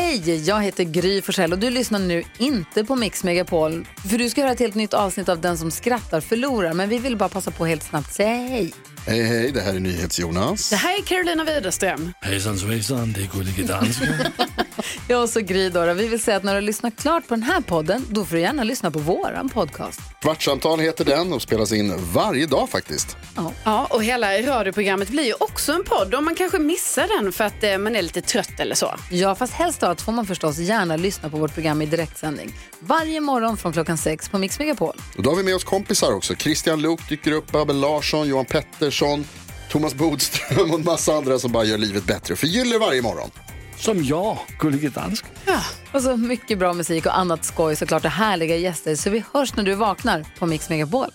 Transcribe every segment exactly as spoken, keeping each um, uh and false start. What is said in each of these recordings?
Hej, jag heter Gry Forssell och du lyssnar nu inte på Mix Megapol. För du ska höra ett helt nytt avsnitt av Den som skrattar förlorar. Men vi vill bara passa på helt snabbt säga hej. Hej, hej, det här är NyhetsJonas. Det här är Carolina Widerström. Hejsan svejsan, det är Gullige Dansken. Jag och så Gry då. Vi vill säga att när du har lyssnat klart på den här podden, då får du gärna lyssna på våran podcast. Kvartsamtal heter den och spelas in varje dag faktiskt. Ja, ja och hela radioprogrammet blir ju också en podd. Och man kanske missar den för att eh, man är lite trött eller så. Ja, fast helst då att får man förstås gärna lyssna på vårt program i direktsändning. Varje morgon från klockan sex på Mix Megapol. Och då har vi med oss kompisar också. Christian Luuk dyker upp, Abel Larsson, Johan Pettersson, Thomas Bodström och en massa andra som bara gör livet bättre och förgyller varje morgon. Som jag, Gullige Dansken. Ja, och så mycket bra musik och annat skoj, såklart, och härliga gäster. Så vi hörs när du vaknar på Mix Megapol.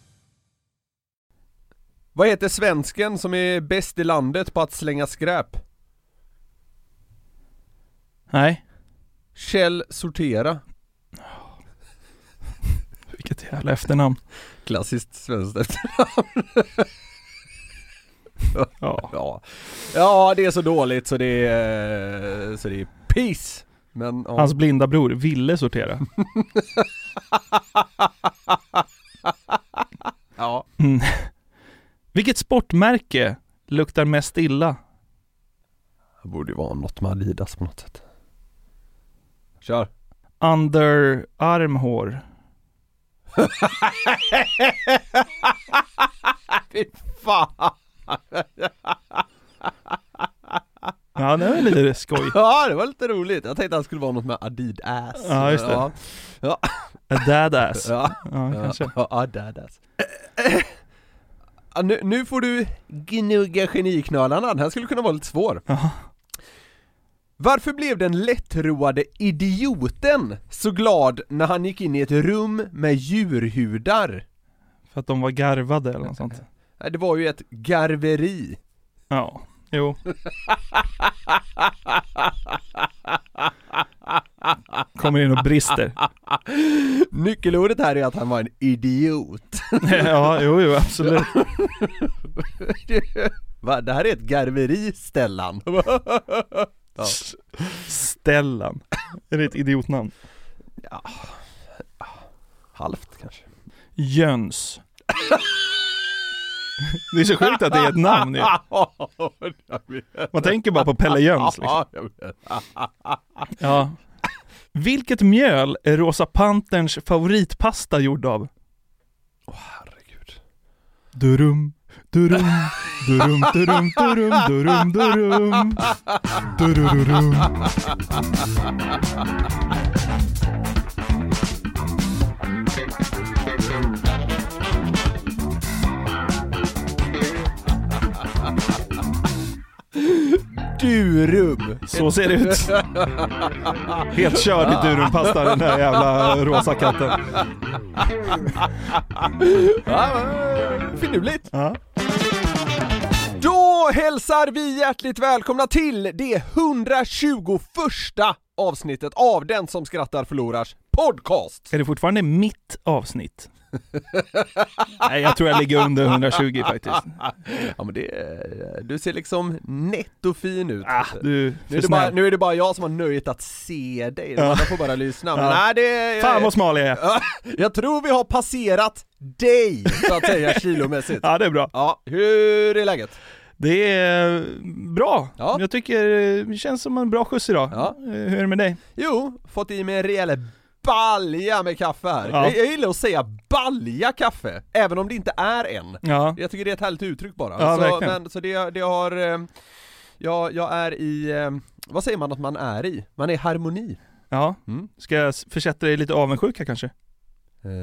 Vad heter svensken som är bäst i landet på att slänga skräp? Nej. Kjell Sortera. Vilket jävla efternamn. Klassiskt svenskt efternamn. Ja. ja. Ja, det är så dåligt så det är, så det är piss. Men, ja. Hans blinda bror ville sortera. Ja. Mm. Vilket sportmärke luktar mest illa? Det borde ju vara något med Adidas på något sätt. Kör. Underarmhår. Fy fan. Ja, det var lite skoj. Ja, det var lite roligt. Jag tänkte att det skulle vara något med Adidas. Ja, just det. Ja. Ja. A dadass. Ja, ja, kanske. Ja, Adidas. Nu, nu får du gnugga geniknölarna. Den här skulle kunna vara lite svår. Aha. Varför blev den lättroade idioten så glad när han gick in i ett rum med djurhudar? För att de var garvade eller något sånt. Nej, det var ju ett garveri. Ja, jo. Kommer in och brister. Nyckelordet här är att han var en idiot. Ja, jo, jo, absolut. Va, det här är ett garveri, Stellan. Ja. Stellan. Är det ett idiotnamn? Ja. Halvt kanske. Jöns. Det är så sjukt att det är ett namn. Ja. Man tänker bara på Pelle Jöns. Liksom. Ja. Vilket mjöl är Rosa Panterns favoritpasta gjord av? Åh, oh, herregud. Durum, durum, durum, durum, durum, durum, durum, durum, durum. Durum. Så ser det ut. Helt körd i durumpasta, den där jävla rosa katten. Ja, finurligt. Ja. Då hälsar vi hjärtligt välkomna till det hundratjugoförsta avsnittet av Den som skrattar förlorars podcast. Är det fortfarande mitt avsnitt? Nej, jag tror jag ligger under hundratjugo faktiskt. Ja, men det, du ser liksom nettofin ut. Ah, du, nu, är det bara, nu är det bara jag som har nöjt att se dig. Ja. Man får bara lyssna. Men ja. nej, det, Fan vad smal jag är. Jag tror vi har passerat dig, så att säga, kilomässigt. Ja, det är bra. Ja, hur är läget? Det är bra. Ja. Jag tycker det känns som en bra skjuts idag. Ja. Hur är det med dig? Jo, fått i mig en rejäl balja med kaffe här. Ja. Jag, jag gillar att säga balja kaffe, även om det inte är en. Ja. Jag tycker det är ett härligt uttryck bara. Ja, så, verkligen. men, så det, det har... Ja, jag är i... Vad säger man att man är i? Man är i harmoni. Ja. Mm. Ska jag försätta dig lite avundsjuka kanske? Uh,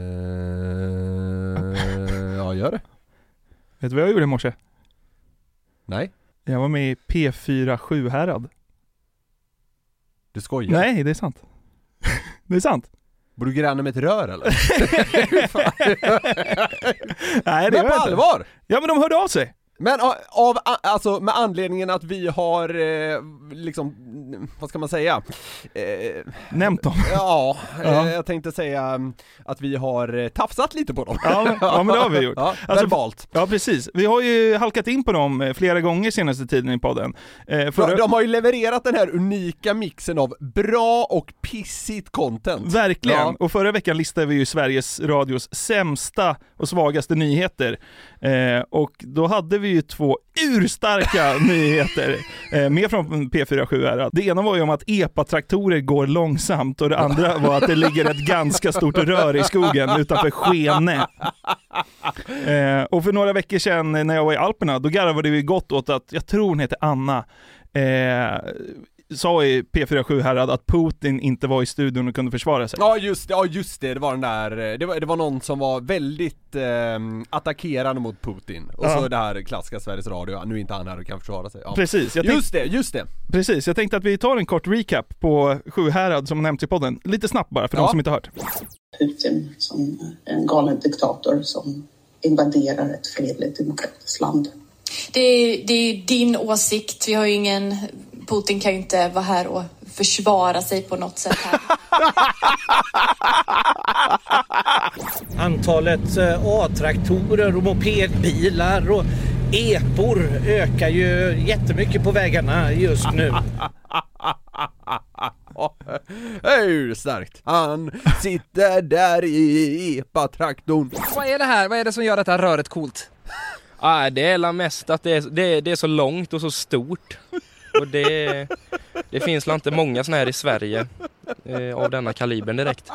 ja, gör det. Vet du vad jag gjorde i morse? Nej. Jag var med i P fyra sju härad. Du skojar? Nej, det är sant. Det är sant. Bor du granne med ett rör eller? Nej, det men på allvar? Ja, men de hörde av sig. Men av, alltså, med anledningen att vi har eh, liksom, vad ska man säga? Eh, Nämnt dem. Ja, ja. Eh, jag tänkte säga att vi har tafsat lite på dem. Ja, men, ja, men det har vi gjort. Ja, alltså, verbalt. Ja, precis. Vi har ju halkat in på dem flera gånger senaste tiden i podden. Eh, för... De har ju levererat den här unika mixen av bra och pissigt content. Verkligen. Ja. Och förra veckan listade vi ju Sveriges Radios sämsta och svagaste nyheter. Eh, och då hade vi ju två urstarka nyheter eh, med från P fyra sju här. Det ena var ju om att epatraktorer går långsamt och det andra var att det ligger ett ganska stort rör i skogen utanför Skene. Eh, och för några veckor sedan när jag var i Alperna, då garvade vi gott åt att, jag tror hon heter Anna, eh, sa i P fyra sju Herrad att Putin inte var i studion och kunde försvara sig. Ja just det, ja just det, det var den där, det var, det var någon som var väldigt eh, attackerande mot Putin. Och ja. Så det här klassiska Sveriges Radio, nu är inte han här och kan försvara sig. Ja. Precis. Jag just det, just det. Precis, jag tänkte att vi tar en kort recap på Sjuhärad som nämnts i podden. Lite snabbt bara för ja. de som inte har hört. Putin som en galen diktator som invaderar ett fredligt demokratiskt land. Det är, det är din åsikt, vi har ju ingen... Putin kan ju inte vara här och försvara sig på något sätt här. Antalet A-traktorer och mopedbilar och epor ökar ju jättemycket på vägarna just nu. Hur starkt. Han sitter där i epatraktorn. Vad är det här? Vad är det som gör detta röret coolt? Ah, det är mest att det är, det, är, det är så långt och så stort. Och det, det finns inte många såna här i Sverige eh, av denna kalibern direkt.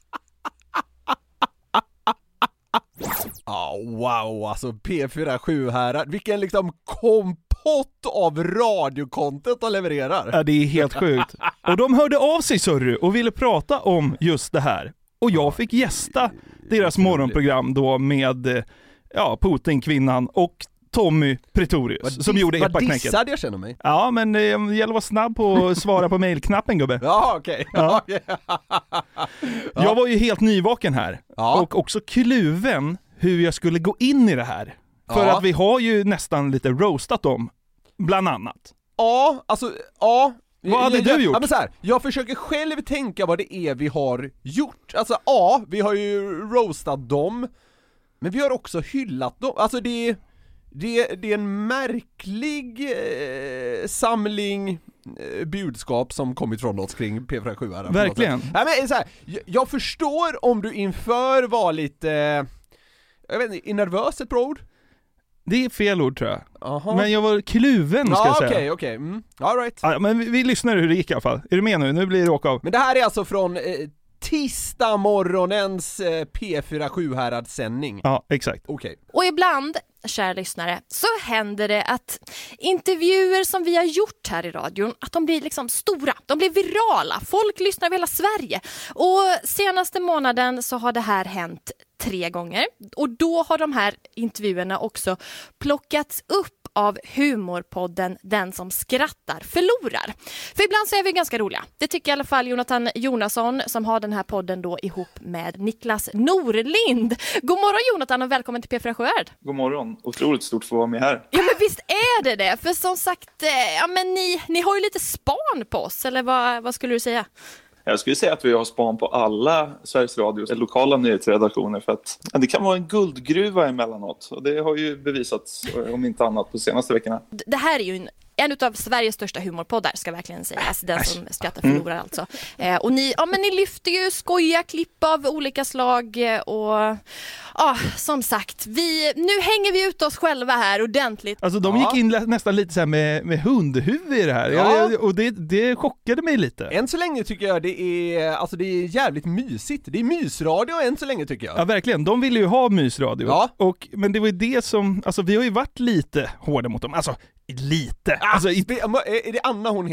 Oh, wow, alltså P fyra sju här. Vilken liksom kompott av radiokontent de levererar. Ja, det är helt sjukt. Och de hörde av sig, sorry, och ville prata om just det här. Och jag fick gästa deras morgonprogram då med ja, Putin-kvinnan och Tommy Pretorius vad som dis- gjorde epaknäcket. Vad dissad jag känner mig. Ja, men eh, det gäller att vara snabb på att svara på mejlknappen, gubbe. Ja, okej. Okay. Ja. Ja. Jag var ju helt nyvaken här. Ja. Och också kluven hur jag skulle gå in i det här. För ja. att vi har ju nästan lite roastat dem, bland annat. Ja, alltså, ja. Vad hade jag, du gjort? Ja, men så här, jag försöker själv tänka vad det är vi har gjort. Alltså, ja, vi har ju roastat dem. Men vi har också hyllat dem. Alltså det, det, det är en märklig eh, samling eh, budskap som kommit från oss kring P fyra sju här. Verkligen. Ja, men så här, jag, jag förstår om du inför var lite, eh, jag vet inte, är nervös ett bra ord? Det är fel ord tror jag. Aha. Men jag var kluven ska ja, jag säga. Okej, okej. Mm. All right. Ja, men vi, vi lyssnar hur det gick i alla fall. Är du med nu? Nu blir det åka av. Men det här är alltså från eh, tisdag morgonens eh, P fyra sju Herad-sändning. Ja, exakt. Okej. Okay. Och ibland, kära lyssnare, så händer det att intervjuer som vi har gjort här i radion, att de blir liksom stora, de blir virala, folk lyssnar över hela Sverige. Och senaste månaden så har det här hänt tre gånger. Och då har de här intervjuerna också plockats upp av humorpodden Den som skrattar förlorar. För ibland så är vi ganska roliga. Det tycker i alla fall Jonathan Jonasson som har den här podden då ihop med Niklas Norlind. God morgon Jonathan och välkommen till P fyra sju. God morgon. Otroligt stort för att vara med här. Ja men visst är det det. För som sagt, ja men ni, ni har ju lite span på oss. Eller vad, vad skulle du säga? Jag skulle säga att vi har span på alla Sveriges Radios lokala nyhetsredaktioner för att ja, det kan vara en guldgruva emellanåt och det har ju bevisats om inte annat på senaste veckorna. Det här är ju en, en av Sveriges största humorpoddar ska verkligen sägas, den som skrattar förlorar alltså. Eh, och ni, ja, men ni lyfter ju skoja klipp av olika slag och ja, som sagt, vi, nu hänger vi ut oss själva här ordentligt. Alltså de ja. gick in nästan lite så här med, med hundhuvud i det här ja. jag, och det, det chockade mig lite. Än så länge tycker jag det är, alltså det är jävligt mysigt. Det är mysradio än så länge tycker jag. Ja verkligen, de ville ju ha mysradio. Ja. Och, men det var ju det som, alltså vi har ju varit lite hårda mot dem, alltså lite. Ah, alltså, är det Anna hon heter?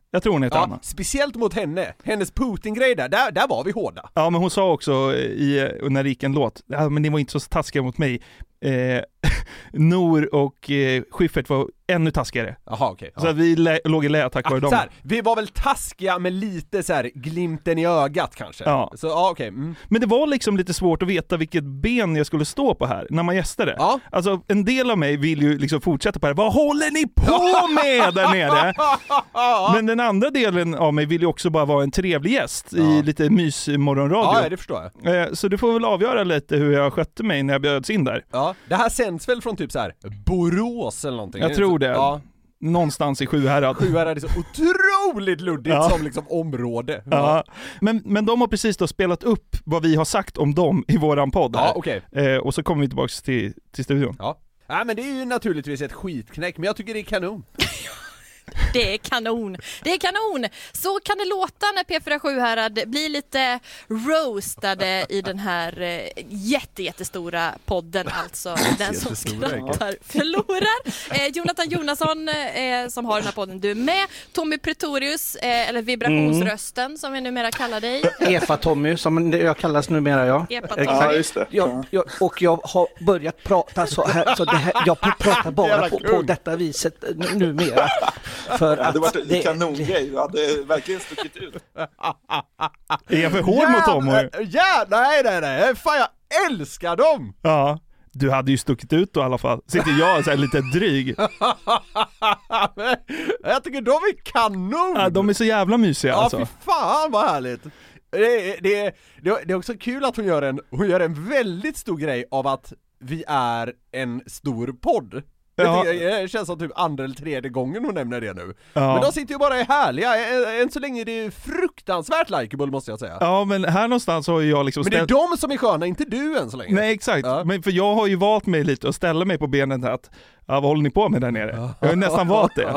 Jag tror hon heter ja, Anna. Speciellt mot henne. Hennes Putin-grej där, där, där var vi hårda. Ja, men hon sa också i, när det gick en låt, ja, men det var inte så taskiga mot mig. Eh, Nor och eh, Schyffert var ännu taskigare. Jaha, okej. Okay, så ja. att vi lä- låg i lä tack vare ah, dem. Så här, vi var väl taskiga med lite så här glimten i ögat kanske. Ja. Så ja, okej. Okay. Mm. Men det var liksom lite svårt att veta vilket ben jag skulle stå på här när man gästade. Ja. Alltså en del av mig vill ju liksom fortsätta på det här. Vad håller ni på med där nere? Men den andra delen av mig vill ju också bara vara en trevlig gäst ja. i lite mysmorgonradio. Ja, det förstår jag. Så du får väl avgöra lite hur jag skötte mig när jag bjöds in där. Ja, det här sänds väl från typ så här Borås eller någonting? Jag tror det. Ja. Någonstans i Sjuhärad. Sjuhärad är så otroligt luddigt ja. som liksom område. Ja. Ja. Men, men de har precis då spelat upp vad vi har sagt om dem i våran podd här. Ja, okej. Eh, och så kommer vi tillbaka till, till studion. Ja. Ja, men det är ju naturligtvis ett skitknäck, men jag tycker det är kanon. Det är kanon. Det är kanon. Så kan det låta när P fyra Sjuhärad blir lite roastade i den här eh, jätte, jättestora podden, alltså Den som skrattar förlorar. Eh, Jonathan Jonasson eh, som har den här podden, du är med. Tommy Pretorius, eh, eller vibrationsrösten mm. som vi numera kallar dig. Epa-Tommy som jag kallas numera, ja. Epa-Tommy. Ja, just det. Jag, jag, och jag har börjat prata så här, så det här jag pratar bara på, på detta viset numera. För det hade varit en det, kanongrej, du hade verkligen stuckit ut. Är jag för hård mot dem? Ja, nej, nej, nej. Fan, jag älskar dem! Ja, du hade ju stuckit ut då i alla fall. Sitter jag så här lite dryg. Jag tycker de är kanon! Ja, de är så jävla mysiga ja, alltså. Ja, fy fan vad härligt. Det är, det, är, det är också kul att hon gör en, hon gör en väldigt stor grej av att vi är en stor podd. Ja. Det känns som typ andra eller tredje gången hon nämner det nu. Ja. Men de sitter ju bara i härliga. Än så länge är det fruktansvärt likeable, måste jag säga. Ja, men här någonstans har jag liksom Men det är ställ... de som är sköna, inte du än så länge. Nej, exakt. Ja. Men för jag har ju valt mig lite och ställa mig på benen att ja, vad håller ni på med där nere? Jag har nästan valt det.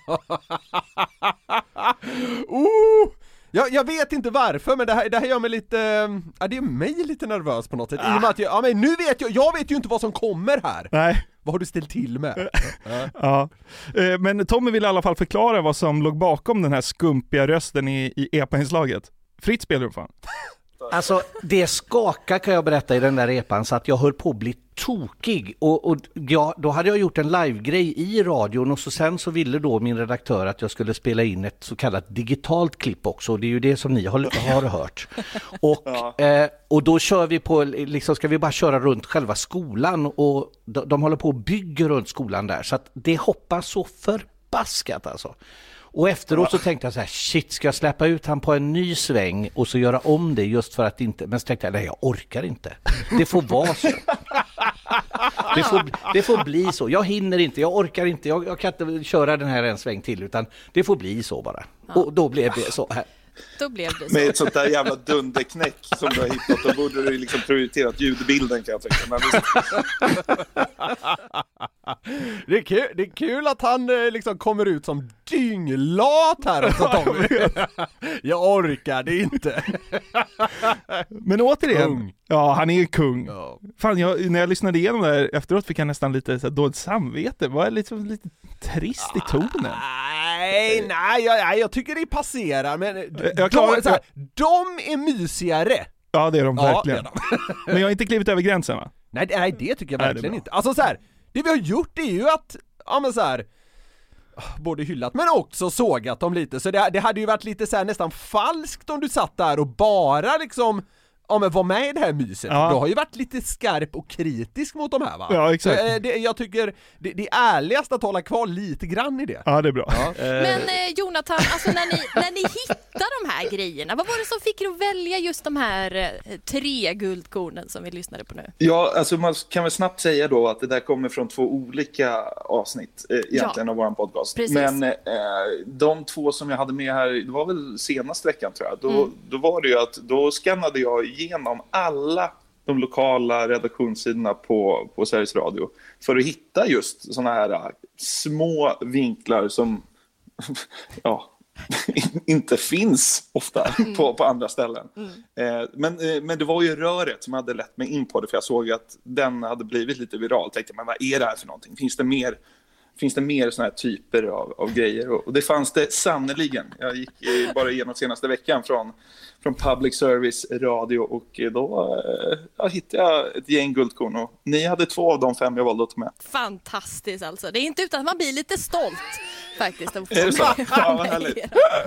uh! Jag, jag vet inte varför, men det här, det här gör mig lite, ja, det är mig lite nervös på något sätt. Ah. I och med att jag, ja, men nu vet jag, jag vet ju inte vad som kommer här. Nej. Vad har du ställt till med? Ja. Men Tommy vill i alla fall förklara vad som låg bakom den här skumpiga rösten i, i E P A-inslaget. Fritt spelar du fan. Alltså, det skakar kan jag berätta i den där epan så att jag höll på att bli tokig. Och, och ja, då hade jag gjort en livegrej i radion och så sen så ville då min redaktör att jag skulle spela in ett så kallat digitalt klipp också. Och det är ju det som ni har, har hört. Och, ja. eh, och då kör vi på, liksom ska vi bara köra runt själva skolan och de, de håller på att bygga runt skolan där. Så att det hoppar så förbaskat alltså. Och efteråt så tänkte jag så här, shit, ska jag släppa ut han på en ny sväng och så göra om det just för att inte, men så tänkte jag, nej jag orkar inte. Det får vara så. Det får, det får bli så. Jag hinner inte, jag orkar inte, jag, jag kan inte köra den här en sväng till utan det får bli så bara. Ja. Och då blev det så här. Då blev det så. Med ett sånt där jävla dunderknäck som du har hittat, då borde du liksom prioriterat ljudbilden kan jag tänka. Men det, är kul, det är kul att han liksom kommer ut som dynglat här också, Tommy. Jag orkar det inte. Men återigen, kung. Ja, han är ju kung. Ja. Fan, jag, när jag lyssnade igenom det här efteråt fick jag nästan lite så här, dåligt samvete. Var liksom lite trist i tonen. Nej, nej, jag, jag tycker det passerar. Men jag klarar, de, så här, de är mysigare. Ja, det är de verkligen. Ja, det är de. Men jag har inte klivit över gränsen, va? Nej, nej det tycker jag verkligen nej, inte. Alltså så här, det vi har gjort är ju att, ja men så här, både hyllat men också sågat dem lite. Så det, det hade ju varit lite så här nästan falskt om du satt där och bara liksom, ja men var med i det här myset. Ja. Du har ju varit lite skarp och kritisk mot de här, va? Ja, exakt. Så, det, jag tycker det, det är ärligast att hålla kvar lite grann i det. Ja, det är bra. Ja. Men eh, Jonathan, alltså när ni, när ni hittar de här grejerna, vad var det som fick er att välja just de här eh, tre guldkornen som vi lyssnade på nu? Ja, alltså man kan väl snabbt säga då att det där kommer från två olika avsnitt eh, egentligen ja. av våran podcast. Precis. Men eh, de två som jag hade med här, det var väl senaste veckan tror jag, då, mm. då var det ju att då skannade jag igenom alla de lokala redaktionssidorna på, på Sveriges Radio för att hitta just såna här uh, små vinklar som ja, inte finns ofta mm. på, på andra ställen. Mm. Eh, men, eh, men det var ju röret som hade lett mig in på det, för jag såg att den hade blivit lite viral. Tänkte, men vad är det här för någonting? Finns det mer finns det mer såna här typer av, av grejer. Och, och det fanns det sannoliken. Jag gick eh, bara igenom senaste veckan från, från public service radio och då eh, ja, hittade jag ett gäng guldkorn. Och ni hade två av de fem jag valde att ta med. Fantastiskt alltså. Det är inte utan att man blir lite stolt faktiskt. Är det så? Ja, vad härligt.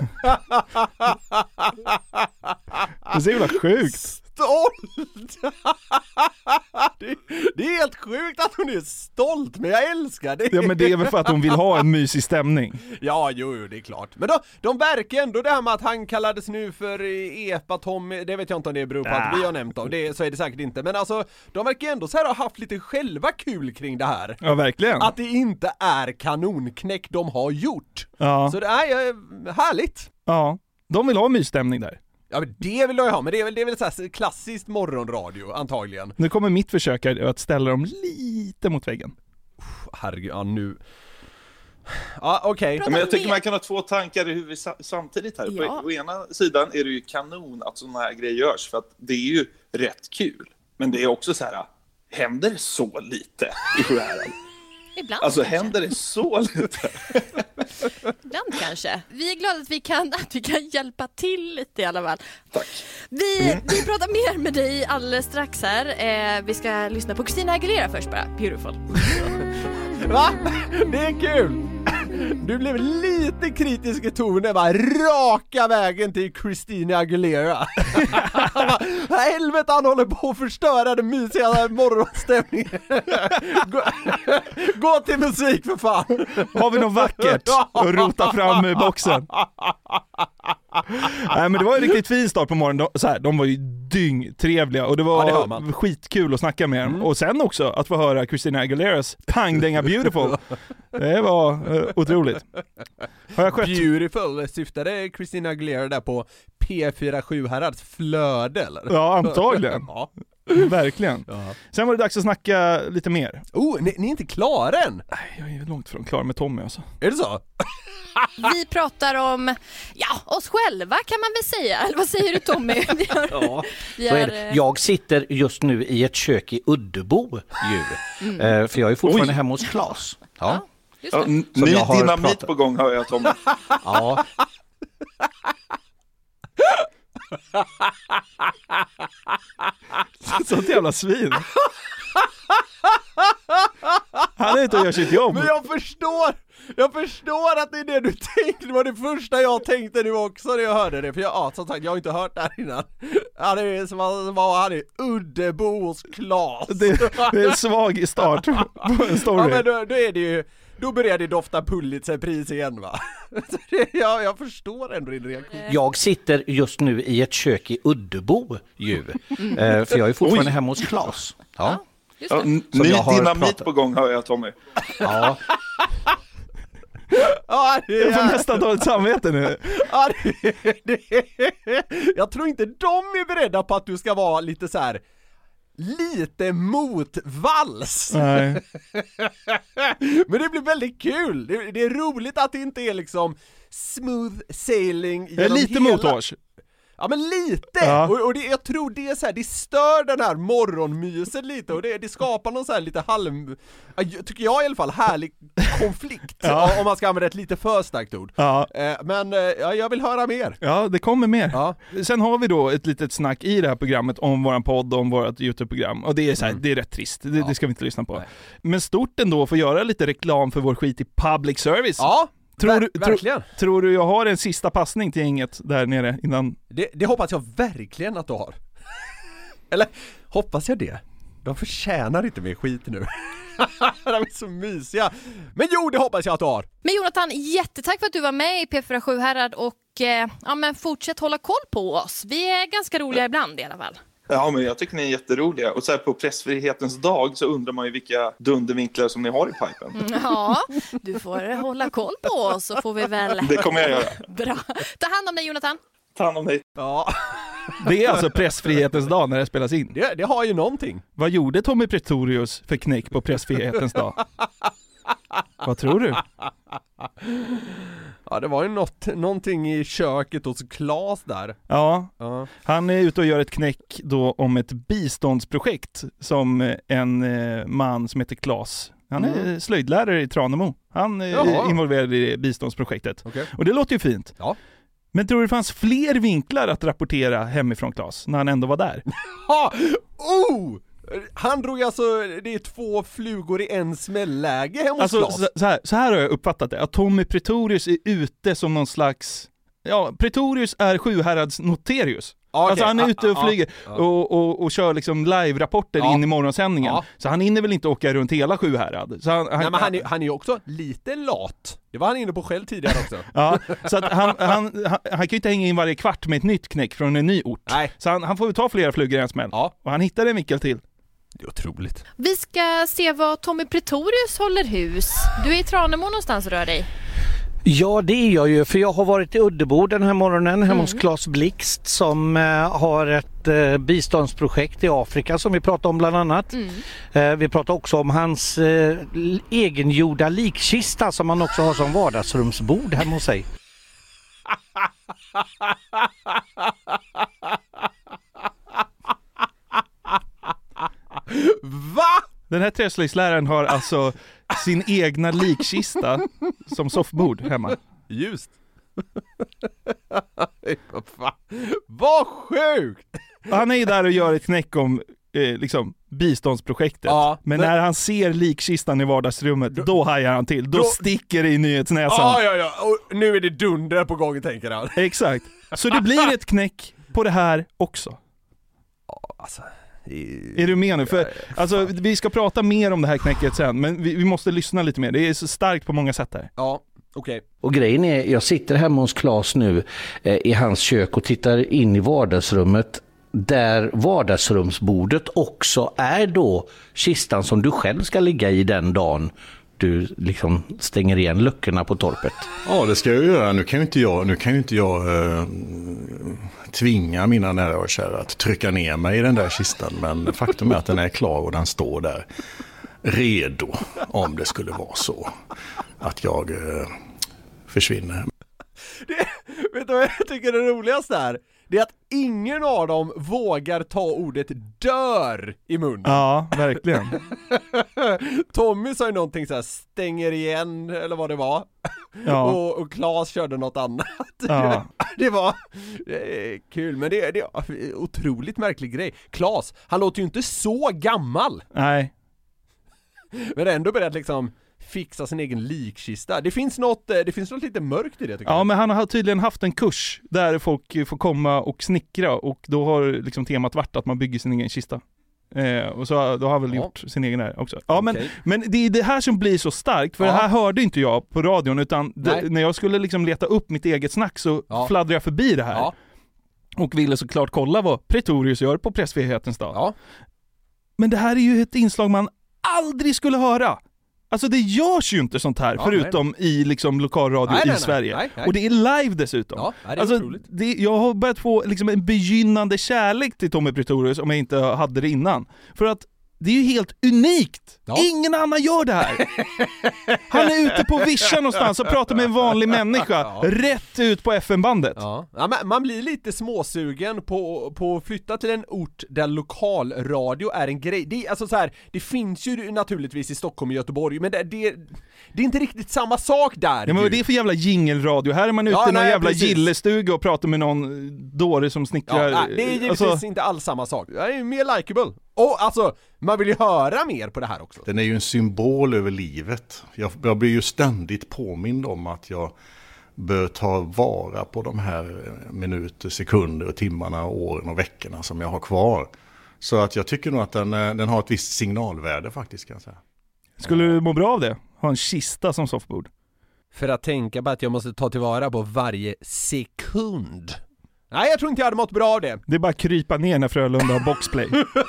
Det ser ju väl sjukt. Stolt! det, det är helt sjukt att hon är stolt, men jag älskar det. Ja, men det är väl för att hon vill ha en mysig stämning. Ja, jo, jo det är klart. Men då, de verkar ändå det här med att han kallades nu för Epa Tommy, det vet jag inte om det beror på att vi har nämnt om det, så är det säkert inte. Men alltså, de verkar ändå så här ha haft lite själva kul kring det här. Ja, verkligen. Att det inte är kanonknäck de har gjort. Ja. Så det är härligt. Ja, de vill ha mysstämning där. Ja, men det vill jag ha, men det är väl, det är väl så här klassiskt morgonradio, antagligen. Nu kommer mitt försök att ställa dem lite mot väggen. Herregud, ja nu... Ja, okej. Okay. Men jag tycker man kan ha två tankar i huvudet samtidigt här. Ja. På, på ena sidan är det ju kanon att sådana här grejer görs, för att det är ju rätt kul. Men det är också så här, händer så lite i Sjuhärad? Ibland alltså kanske. Händer det så lite? Ibland kanske. Vi är glada att vi kan, att vi kan hjälpa till lite i alla fall. Tack. Vi, vi pratar mer med dig alldeles strax här. Eh, vi ska lyssna på Christina Aguilera först bara. Beautiful. Va? Det är kul! Du blev lite kritisk i tonen, bara raka vägen till Christina Aguilera. Helvete, han håller på att förstöra den mysiga morgonstämningen. gå, gå till musik för fan. Har vi något vackert att rota fram i boxen? Nej, men det var en riktigt fin start på morgonen. De, så här, de var ju dyng trevliga och det var ja, det skitkul att snacka med dem. Mm. Och sen också att få höra Christina Aguileras pangdänga Beautiful. Det var uh, otroligt. Har jag skött? Beautiful, syftade Christina Aguilera där på P fyra Sjuhärads flöde eller? Ja, antagligen. Ja. Verkligen. Ja. Sen var det dags att snacka lite mer. Oh, ni, ni är inte klara än? Nej, jag är långt från klar med Tommy alltså. Är det så? Vi pratar om, ja, oss själva kan man väl säga. Eller vad säger du, Tommy? Vi har, ja, vi så har, är det. Jag sitter just nu i ett kök i Uddebo ju. Mm. Eh, för jag är fortfarande Oj. hemma hos Claes. Ja. Ja, ja, ny dynamit pratat. På gång hör jag, Tommy. Ja. Sånt jävla svin. Han är ute och gör sitt jobb. Men jag förstår, jag förstår att det är det du tänkte. Det var det första jag tänkte nu också när jag hörde det. För jag, ja, som sagt, jag har inte hört det här innan. Han är som var han är Uddebo hos Claes. Det, det är en svag start på en story. Ja, men då, då är det ju, då börjar det dofta Pulitzerpris igen, va? jag, jag förstår ändå din reaktion. Jag sitter just nu i ett kök i Uddebo ju. Mm. Eh, för jag är fortfarande Oj. hemma hos Claes. Ja. Ja, ny dynamit pratat. På gång hör jag, Tommy. Ja. Ja, det är... Jag får nästan ta ett samvete nu. Ja, det, det, jag tror inte de är beredda på att du ska vara lite så här lite motvalls. Nej. Men det blir väldigt kul. Det, det är roligt att det inte är liksom smooth sailing genom är lite hela... motårs. Ja, men lite. Ja. Och, och det, jag tror det är så här, det stör den här morgonmyset lite och det, det skapar någon så här lite halv, tycker jag i alla fall, härlig konflikt. Ja. Om man ska använda ett lite för starkt ord. Ja. Eh, men eh, ja, jag vill höra mer. Ja, det kommer mer. Ja. Sen har vi då ett litet snack i det här programmet om våran podd, om vårt YouTube-program. Och det är så här, mm. det är rätt trist. Det, ja. det ska vi inte lyssna på. Nej. Men stort ändå att få göra lite reklam för vår skit i public service. Ja. Tror Ver- du, verkligen. Tror, tror du jag har en sista passning till gänget där nere innan? Det, det hoppas jag verkligen att du har. Eller hoppas jag det? De förtjänar inte mer skit nu. De är så mysiga. Men jo, det hoppas jag att du har. Men Jonathan, jättetack för att du var med i P fyra Sjuhärad och eh, ja, men fortsätt hålla koll på oss. Vi är ganska roliga ibland i alla fall. Ja, men jag tycker ni är jätteroliga. Och så här på pressfrihetens dag så undrar man ju vilka dundervinklar som ni har i pipen. Ja, du får hålla koll på oss så får vi väl... Det kommer jag göra. Bra. Ta hand om dig, Jonathan. Ta hand om dig. Ja. Det är alltså pressfrihetens dag när det spelas in. Det, det har ju någonting. Vad gjorde Tommy Pretorius för knäck på pressfrihetens dag? Vad tror du? Ja, det var ju något, någonting i köket hos Claes där. Ja, ja, han är ute och gör ett knäck då om ett biståndsprojekt som en man som heter Claes Han är Mm. slöjdlärare i Tranemo. Han är Jaha. involverad i biståndsprojektet. Okej. Och det låter ju fint. Ja. Men tror du det fanns fler vinklar att rapportera hemifrån Claes när han ändå var där? Ha! Oh! Han drog alltså, det är två flugor i en smälläge hemma hos Alltså Claes. så, så, här, så här har jag uppfattat det. Att Tommy Pretorius är ute som någon slags... Ja, Pretorius är Sjuhärads Noterius. Okay. Alltså han är ute och ah, flyger ah, ah. Och, och, och kör liksom live-rapporter Ja. in i morgonsändningen. Ja. Så han hinner väl inte åka runt hela Sjuhärad. Så han, han, Nej, men han är, han är ju också lite lat. Det var han inne på själv tidigare också. Ja, så att han, han, han, han kan ju inte hänga in varje kvart med ett nytt knäck från en ny ort. Nej. Så han, han får ju ta flera flugor i en smäll. Ja. Och han hittade en vinkel till. Det är otroligt. Vi ska se vad Tommy Pretorius håller hus. Du är i Tranemo någonstans och rör dig. Ja, det är jag ju, för jag har varit i Uddebo den här morgonen hemma Mm. hos Claes Blixt som eh, har ett eh, biståndsprojekt i Afrika som vi pratar om bland annat. Mm. Eh, vi pratar också om hans eh, l- egengjorda likkista som han också har som vardagsrumsbord hemma hos sig. Va? Den här träslöjdsläraren har alltså sin egna likkista som soffbord hemma. Just. Vad sjukt! Han är ju där och gör ett knäck om eh, liksom biståndsprojektet. Ja, men, men- när han ser likkistan i vardagsrummet, då, då hajar han till. Då, Då- sticker det i nyhetsnäsan. Ja, ja, ja. Och nu är det dunder på gång, tänker han. Exakt. Så det blir ett knäck på det här också. Alltså, Är du med nu? För, alltså, vi ska prata mer om det här knäcket sen, men vi, vi måste lyssna lite mer. Det är så starkt på många sätt här. Ja, okej. Okay. Och grejen är, jag sitter hemma hos Claes nu eh, i hans kök och tittar in i vardagsrummet där vardagsrumsbordet också är då kistan som du själv ska ligga i den dagen du liksom stänger igen luckorna på torpet. Ja, det ska jag göra. Nu kan ju inte jag, nu kan ju inte jag eh, tvinga mina nära och kära att trycka ner mig i den där kistan, men faktum är att den är klar och den står där redo om det skulle vara så att jag eh, försvinner. Det, vet du vad jag tycker är roligast där? Det är att ingen av dem vågar ta ordet dör i munnen. Ja, verkligen. Tommy sa ju någonting så här, stänger igen eller vad det var. Ja. och, och Claes körde något annat. Ja. Det var det är kul, men det, det är en otroligt märklig grej. Claes, han låter ju inte så gammal. Nej. Men ändå beredd liksom fixa sin egen likkista. Det finns något, det finns något lite mörkt i det, tycker Ja, jag. men han har tydligen haft en kurs där folk får komma och snickra, och då har liksom temat varit att man bygger sin egen kista. Eh, och så då har han väl Ja. gjort sin egen där också. Ja, men, Okej. men det är det här som blir så starkt, för Ja. det här hörde inte jag på radion, utan det, Nej. när jag skulle liksom leta upp mitt eget snack så Ja. fladdrade jag förbi det här. Ja. Och ville såklart kolla vad Pretorius gör på pressfrihetens dag. Ja. Men det här är ju ett inslag man aldrig skulle höra. Alltså det görs ju inte sånt här, Ja, förutom i liksom lokalradio Nej, i nej, nej. Sverige. Nej, nej. Och det är live dessutom. Ja, det är alltså, otroligt. det, jag har börjat få liksom en begynnande kärlek till Tommy Pretorius om jag inte hade det innan. För att det är ju helt unikt. Ja. Ingen annan gör det här. Han är ute på vischan någonstans och pratar med en vanlig människa, Ja. rätt ut på F M-bandet. Ja. Ja, men man blir lite småsugen på, på att flytta till en ort där lokalradio är en grej. Det, är, alltså så här, det finns ju naturligtvis i Stockholm och Göteborg, men det, det, det är inte riktigt samma sak där. Ja, men vad är det för jävla jingelradio? Här är man ute Ja, i någon nej, jävla precis. gillestuga och pratar med någon dåre som snickrar. Ja, nej, det är givetvis Alltså, inte alls samma sak. Det är mer likeable. Och alltså, man vill ju höra mer på det här också. Den är ju en symbol över livet. Jag, jag blir ju ständigt påmind om att jag bör ta vara på de här minuter, sekunder och timmarna, åren och veckorna som jag har kvar. Så att jag tycker nog att den, den har ett visst signalvärde faktiskt, kan jag säga. skulle du må bra av det? Ha en kista som soffbord? För att tänka på att jag måste ta tillvara på varje sekund. Nej, jag tror inte jag hade mått bra av det. Det är bara att krypa ner när Frölunda har boxplay.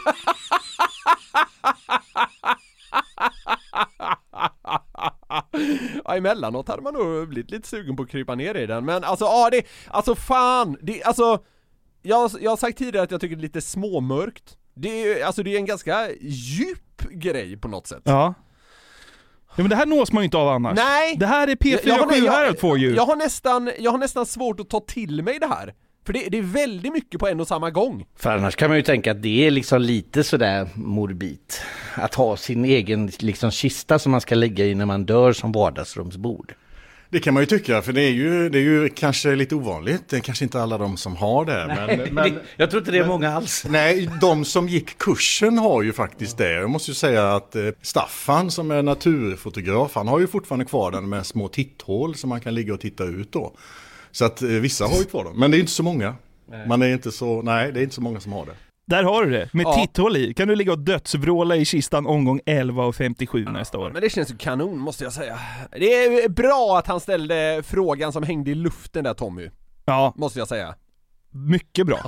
Ja, emellanåt hade man nog blivit lite sugen på att krypa ner i den. Men alltså, ja det, alltså fan, det, alltså jag, jag har sagt tidigare att jag tycker det är lite småmörkt. Det är, alltså det är en ganska djup grej på något sätt. Ja. Ja, men det här nås man ju inte av annars. Nej. Det här är P fyra sju här att få ju. Jag har nästan, jag har nästan svårt att ta till mig det här. För det, det är väldigt mycket på en och samma gång. För annars kan man ju tänka att det är liksom lite sådär morbid. Att ha sin egen liksom kista som man ska lägga i när man dör som vardagsrumsbord. Det kan man ju tycka, för det är ju, det är ju kanske lite ovanligt. Det är kanske inte alla de som har det. Nej, men, men, jag tror inte det är men, många alls. Nej, de som gick kursen har ju faktiskt det. Jag måste ju säga att eh, Staffan som är naturfotograf, han har ju fortfarande kvar den med små titthål som man kan ligga och titta ut då. Så att eh, vissa har ju kvar dem, men det är inte så många. Nej. Man är inte så, nej, det är inte så många som har det. Där har du det, med ja. titthål i. Kan du ligga och dödsvråla i kistan omgång elva och femtiosju ja, nästa år? Men det känns ju kanon, måste jag säga. Det är bra att han ställde frågan som hängde i luften där, Tommy. Ja. Måste jag säga. Mycket bra.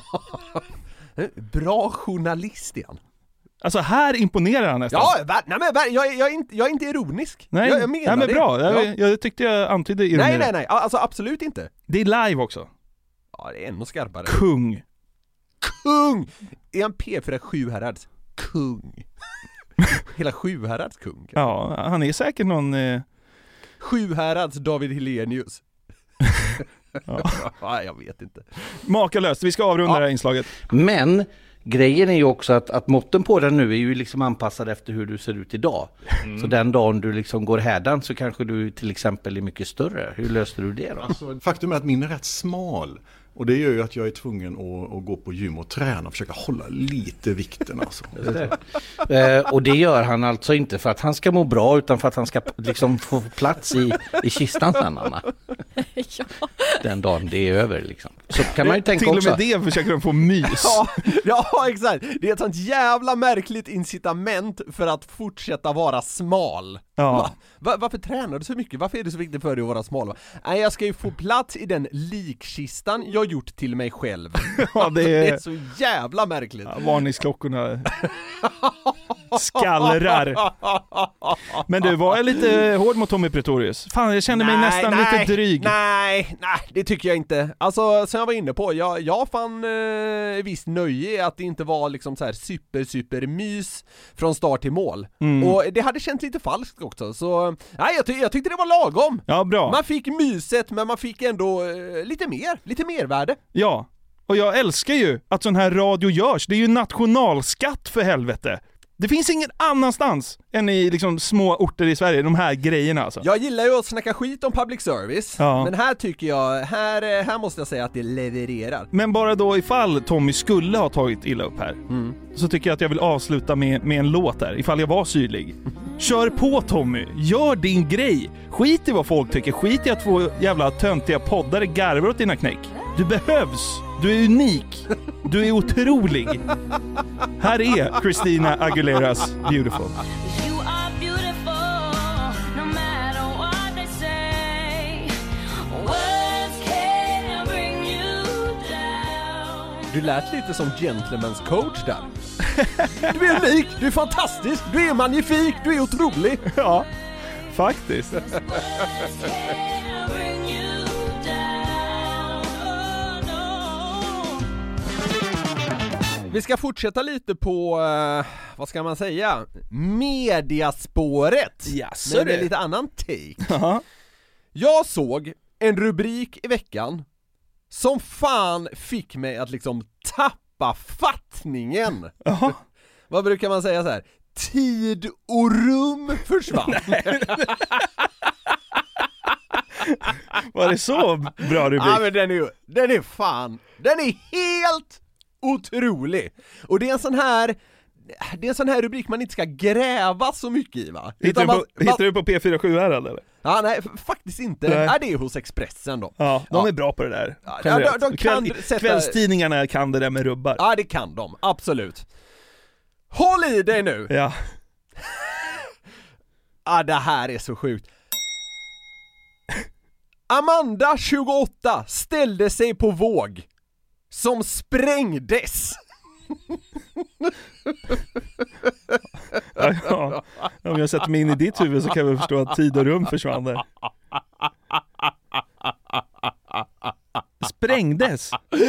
Bra journalist igen. Alltså här imponerar han nästan. Ja, nej, men jag, jag, är inte, jag är inte ironisk. Nej, jag, jag menar nej men det. bra. Jag, ja. jag tyckte jag antydde ironi. Nej, nej, nej. Alltså absolut inte. Det är live också. Ja, det är ännu skarpare. Kung. Kung! Är han P fyra Sjuhärads kung? Hela Sjuhärads kung? Ja, han är säkert någon... Eh... Sjuhärads David Helenius. ja. ja, jag vet inte. Makalöst, vi ska avrunda ja. det här inslaget. Men grejen är ju också att, att måtten på den nu är ju liksom anpassad efter hur du ser ut idag. Mm. Så den dagen du liksom går härdan så kanske du till exempel är mycket större. Hur löste du det då? Alltså, faktum är att min är rätt smal. Och det gör ju att jag är tvungen att, att gå på gym och träna och försöka hålla lite vikten. Alltså. eh, och det gör han alltså inte för att han ska må bra utan för att han ska liksom få plats i, i kistan sen, Anna. ja. Den dagen det är över liksom. Så kan man ju tänka Till också. och med det försöker de få mys. ja, ja, exakt. Det är ett sånt jävla märkligt incitament för att fortsätta vara smal. Ja. Va? Va, varför tränar du så mycket? Varför är det så viktigt för dig att vara smal? Va? Nej, jag ska ju få plats i den likkistan jag gjort till mig själv. Ja, det, är... det är så jävla märkligt. Ja, varningsklockorna skallrar. Men du, var jag lite hård mot Tommy Pretorius? Fan, jag kände mig nej, nästan nej, lite dryg. Nej, nej, det tycker jag inte. Alltså, som jag var inne på, jag, jag fann eh, visst nöje att det inte var liksom så här super, super mys från start till mål. Mm. Och det hade känts lite falskt också. Så nej, jag, ty- jag tyckte det var lagom. Ja, bra. Man fick myset, men man fick ändå eh, lite mer, lite mervärde. Ja, och jag älskar ju att sån här radio görs. Det är ju nationalskatt för helvete. Det finns ingen annanstans än i liksom små orter i Sverige, de här grejerna alltså. Jag gillar ju att snacka skit om public service, ja. Men här tycker jag, här, här måste jag säga att det levererar. Men bara då ifall Tommy skulle ha tagit illa upp här, mm. så tycker jag att jag vill avsluta med, med en låt där, ifall jag var syrlig. Kör på Tommy, gör din grej. Skit i vad folk tycker, skit i att få jävla töntiga poddare garvar åt dina knäck. Du behövs, du är unik, du är otrolig. Här är Christina Aguileras Beautiful. Du lät lite som gentleman's coach där. Du är unik, du är fantastisk, du är magnifik, du är otrolig. Ja, faktiskt. Vi ska fortsätta lite på, uh, vad ska man säga, mediaspåret. Jaså, med det lite annan take. Uh-huh. Jag såg en rubrik i veckan som fan fick mig att liksom tappa fattningen. Uh-huh. Vad brukar man säga så här? Tid och rum försvann. Var det så bra rubrik? Ja, men den är, den är fan, den är helt otrolig. Och det är en sån här det är en sån här rubrik man inte ska gräva så mycket i, va? Hittar, du, på, man, hittar du på P fyra sju här eller? Ja, nej, faktiskt inte. Nej. Är det hos Expressen då? Ja, de ja. är bra på det där. Ja, de, de kan Kväll, sätta... Kvällstidningarna kan det där med rubbar. Ja, det kan de, absolut. Håll i dig nu. Ja. Ja, det här är så sjukt. Amanda, tjugoåtta, ställde sig på våg som sprängdes. Ja, ja. Om jag sätter mig in i ditt huvud så kan vi förstå att tid och rum försvann där. Sprängdes.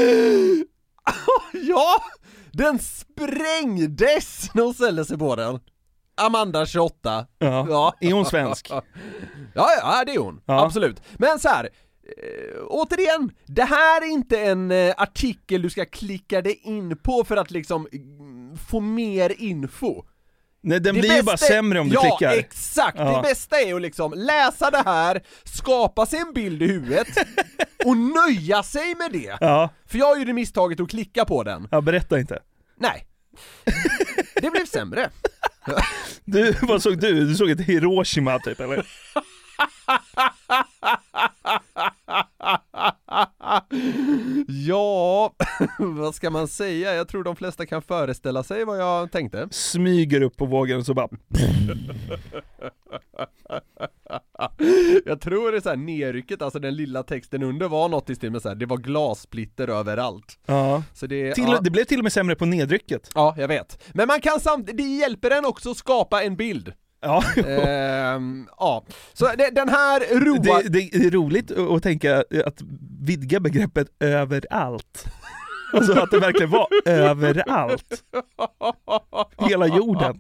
Ja, den sprängdes när hon ställde sig på den. Amanda, tjugoåtta. Ja. Ja. Är hon svensk? Ja, ja, det är hon. Ja. Absolut. Men så här, eh, återigen, det här är inte en eh, artikel du ska klicka dig in på för att liksom mm, få mer info. Nej, den det blir ju bara sämre om du ja, klickar. Ja, exakt. Ja. Det bästa är att liksom läsa det här, skapa sig en bild i huvudet och nöja sig med det. Ja. För jag gjorde misstaget att klicka på den. Ja, berätta inte. Nej. Det blev sämre. Du, vad såg du? Du såg ett Hiroshima typ, eller? Ja, vad ska man säga? Jag tror de flesta kan föreställa sig vad jag tänkte. Smyger upp på vågen och så bara... Jag tror det är så här nerrycket, alltså den lilla texten under var något i stil med så här, det var glassplitter överallt. Ja. Så det, till, ja. det blev till och med sämre på nedrycket. Ja, jag vet. Men man kan samt, det hjälper en också att skapa en bild. Ja. ehm, ja. Så det, den här roar... Det, det är roligt att tänka att vidga begreppet överallt. Alltså att det verkligen var överallt. Hela jorden.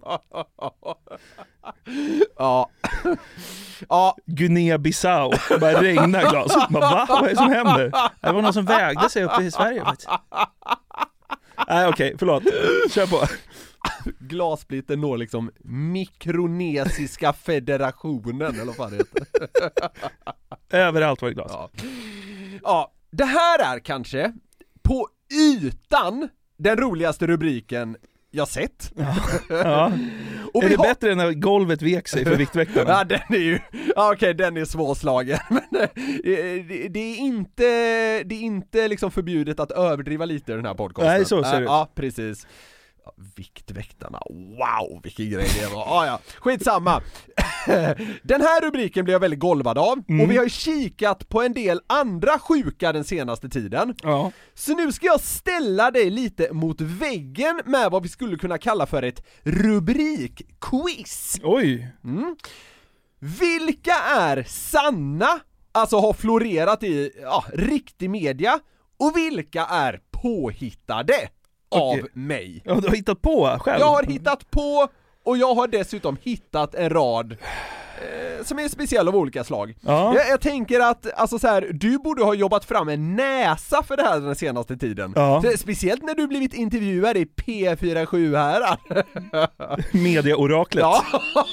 Ja. Ja. Guinea-Bissau. Det bara regnar glas. Man, va? Vad är det som händer? Det var någon som vägde sig uppe i Sverige. Nej, okej, okay, förlåt. Kör på. Glassplitter når liksom Mikronesiska federationen, eller vad fan det heter. Överallt var det glas. Ja. Ja, det här är kanske på ytan den roligaste rubriken jag sett. Ja. Ja. Och är det har... bättre än när golvet vek sig för Viktväktarna? Ja, den är ju... Ja, okej, okay, den är svårslagen. Men det, det är inte det är inte liksom förbjudet att överdriva lite i den här podcasten. Nej, så ser det ut. Ja, precis. Ja, Viktväktarna, wow, vilken grej det var. Ah, ja. Skitsamma. Den här rubriken blev jag väldigt golvad av. Mm. Och vi har ju kikat på en del andra sjuka den senaste tiden. Ja. Så nu ska jag ställa dig lite mot väggen med vad vi skulle kunna kalla för ett rubrikquiz. Oj. Mm. Vilka är sanna, alltså har florerat i ja, riktig media, och vilka är påhittade? Av okay. mig. Ja, du har hittat på själv. Jag har hittat på, och jag har dessutom hittat en rad eh, som är speciell av olika slag. Ja. Jag, jag tänker att alltså så här, du borde ha jobbat fram en näsa för det här den senaste tiden. Ja. Så, speciellt när du blivit intervjuad i P fyrtiosju här. Mediaoraklet. Ja.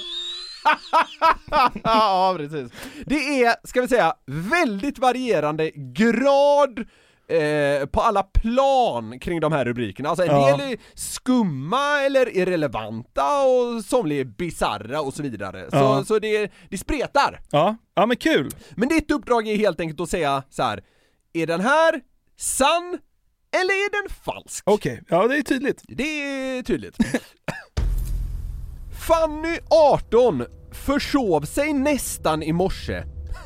Ja, precis. Det är, ska vi säga, väldigt varierande grad Eh, på alla plan kring de här rubrikerna. Alltså en ja. del är skumma eller irrelevanta, och somliga är bizarra och så vidare. Så, ja. så det, det spretar. Ja. Ja, men kul. Men ditt uppdrag är helt enkelt att säga så här: är den här sann eller är den falsk? Okej, okay. Ja, det är tydligt. Det är tydligt. Fanny, arton, försov sig nästan i morse.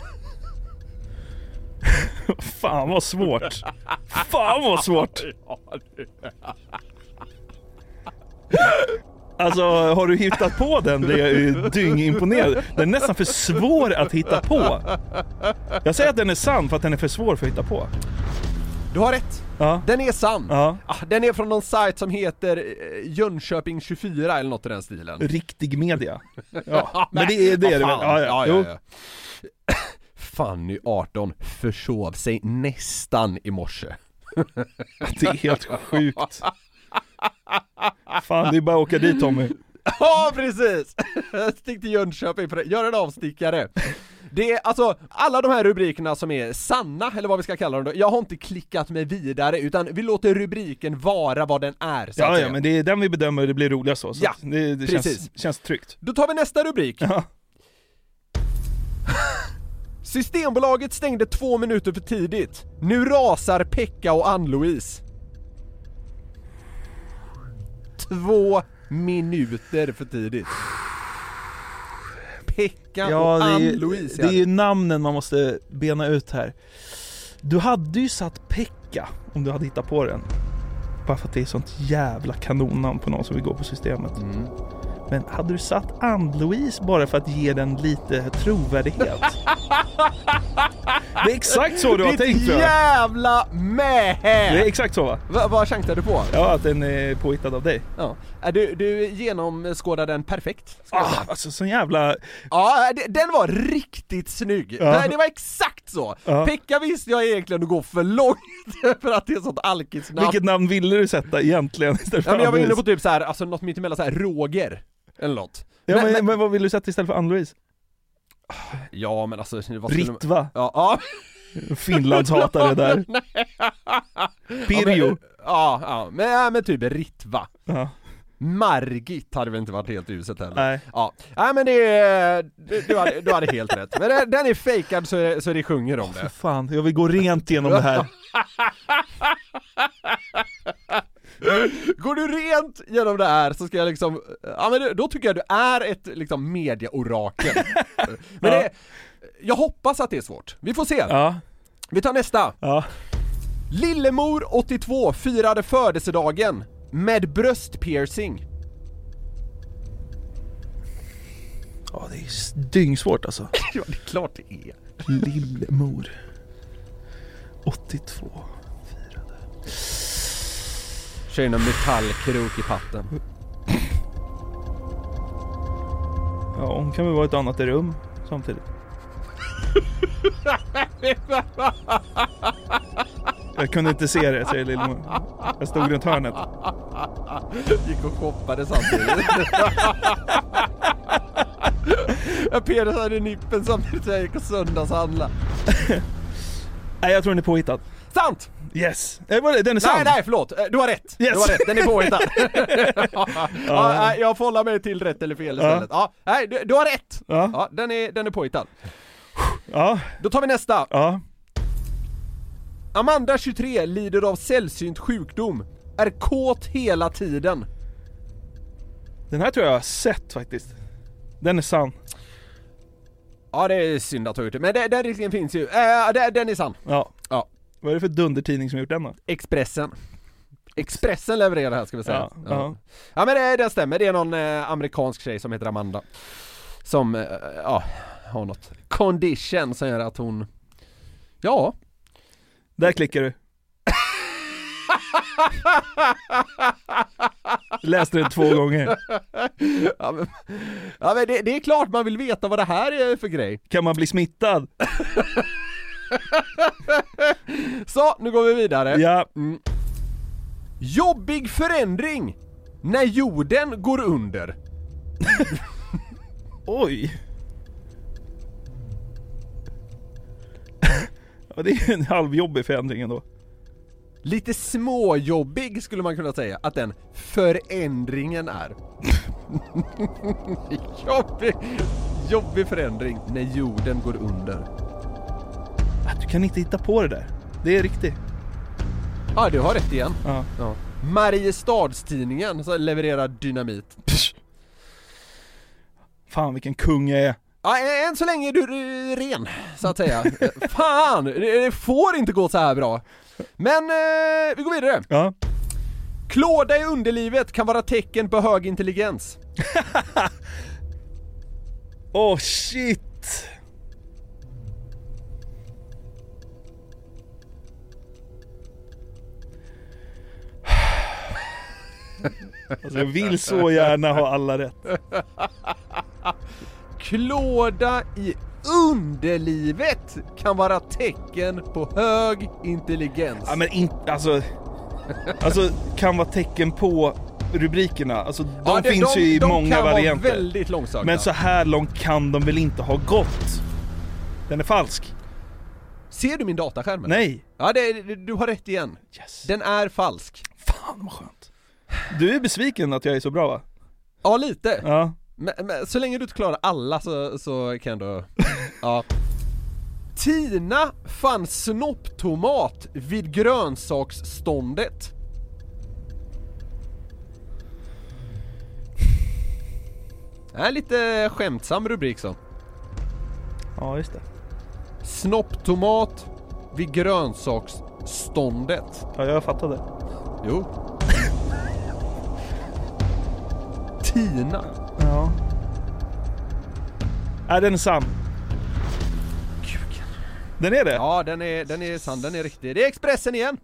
Fan vad svårt. Fan vad svårt. Alltså, har du hittat på den blir jag ju dyngimponerad. Den är nästan för svår att hitta på. Jag säger att den är sann för att den är för svår för att hitta på. Du har rätt. Ja. Den är sann. Ja. Den är från någon sajt som heter Jönköping tjugofyra eller något i den stilen. Riktig media. Ja. Men det är det. Ja, ja, ja, ja, ja. Fanny, arton, försov sig nästan i morse. Det är helt sjukt. Fan, det är bara att åka dit, Tommy. Ja, precis. Stick till Jönköping för att göra en avstickare. Det är alltså alla de här rubrikerna som är sanna, eller vad vi ska kalla dem då. Jag har inte klickat mig vidare, utan vi låter rubriken vara vad den är, så ja, att ja, men det är den vi bedömer, det blir roligast så, så ja, det, det känns, känns tryggt. Då tar vi nästa rubrik. Ja. Systembolaget stängde två minuter för tidigt. Nu rasar Pekka och Ann-Louise. Två minuter för tidigt. Pekka ja, och det är, Ann-Louise. Det är ju namnen man måste bena ut här. Du hade ju satt Pekka om du hade hittat på den. Bara för att det är sånt jävla kanonnamn på någon som vill gå på systemet. Mm. Men hade du satt Ann-Louise bara för att ge den lite trovärdighet? Det är exakt så du har Ditt tänkt, tror jag. jävla mähä! Det är exakt så, va? Va, vad chansar du på? Ja, att den är påhittad av dig. Ja. Du, du genomskådade den perfekt. Ah, alltså sån jävla... Ja, det, den var riktigt snygg. Ja. Det, det var exakt så. Ja. Pekka visste jag egentligen att gå för långt för att det är sånt alkisnamn. Vilket namn ville du sätta egentligen? Ja, men jag var inne på typ så här, alltså något mittemellan så här Roger eller något. Ja, men, men, men, men vad vill du sätta istället för Ann-Louise? Ja, men alltså... Vad Ritva? Ja, ja. Finlandshatare där. Pirjo. Ja, men, ja, ja, men, ja, men typ Ritva. Ja. Margit hade väl inte varit helt uset heller. Nej. Ja, nej men det, du, du, hade, du hade helt rätt. Men det, den är fejkad så, så det sjunger om det. För fan, jag vill gå rent igenom det här. Går du rent genom det här så ska jag liksom, ja men då tycker jag du är ett liksom mediaorakel. Men ja. det, jag hoppas att det är svårt. Vi får se. Ja. Vi tar nästa. Ja. Lillemor åttiotvå firade födelsedagen med bröstpiercing. Ja, det är dyngsvårt alltså. Ja, det är klart det är. Lillemor åttiotvå firade. Kör in en metallkrok i patten. Ja, hon kan väl vara ett annat rum samtidigt. Jag kunde inte se det, säger Lillemor. Jag stod runt hörnet. Gick och shoppade samtidigt. Jag pedade nippen samtidigt som jag gick och söndagshandla. Nej, jag tror den är påhittad. Sant! Yes! Den är sann. Nej, nej, förlåt. Du har rätt. Yes. Du har rätt. Den är påhittad. ja, ja, jag får hålla mig till rätt eller fel istället. Ja, ja nej, du, du har rätt. Ja. Ja, den är, den är påhittad. Ja. Då tar vi nästa. Ja. Amanda, tjugotre, lider av sällsynt sjukdom. Är kåt hela tiden. Den här tror jag har sett faktiskt. Den är sann. Ja, det är synd att ha gjort det. Men det, den risken finns ju. Äh, det, den är sann. Ja. Ja. Vad är det för dundertidning som gjort den då? Expressen. Expressen levererar det här, ska vi säga. Ja, ja. ja. ja men det, det stämmer. Det är någon eh, amerikansk tjej som heter Amanda. Som, eh, ja, har något condition som gör att hon... Ja. Där klickar du. Läste det två gånger. Ja, men, ja, men det, det är klart man vill veta vad det här är för grej. Kan man bli smittad? Så, nu går vi vidare. Ja. Mm. Jobbig förändring när jorden går under. Oj. Ja, det är en halvjobbig förändring ändå. Lite småjobbig skulle man kunna säga att den förändringen är. jobbig, jobbig förändring när jorden går under. Du kan inte hitta på det där. Det är riktigt. Ja, du har rätt igen. Ja. Ja. Mariestadstidningen som levererar dynamit. Psh. Fan, vilken kung jag är. Ja, än så länge är du ren, så att säga. Fan, det får inte gå så här bra. Men eh, vi går vidare. Ja. Klåda i underlivet kan vara tecken på hög intelligens. Åh, oh, shit. Alltså, jag vill så gärna ha alla rätt. Klåda i underlivet kan vara tecken på hög intelligens. Ja, men inte, alltså, alltså kan vara tecken på rubrikerna. Alltså de ja, det, finns de, ju i de många kan varianter. Vara väldigt långsökta. Men så här långt kan de väl inte ha gått. Den är falsk. Ser du min dataskärm? Nej. Ja, det, du har rätt igen. Yes. Den är falsk. Fan vad skönt. Du är besviken att jag är så bra, va? Ja, lite. Ja. Men, men så länge du inte klarar alla så, så kan du... Ja. Tina fann snopptomat vid grönsaksståndet. Det är lite skämtsam rubrik så. Ja, just det. Snopptomat vid grönsaksståndet. Ja, jag fattade. Jo. Tina. Ja. Är den sann? Den är det? Ja, den är, den är sann, den är riktig. Det är Expressen igen.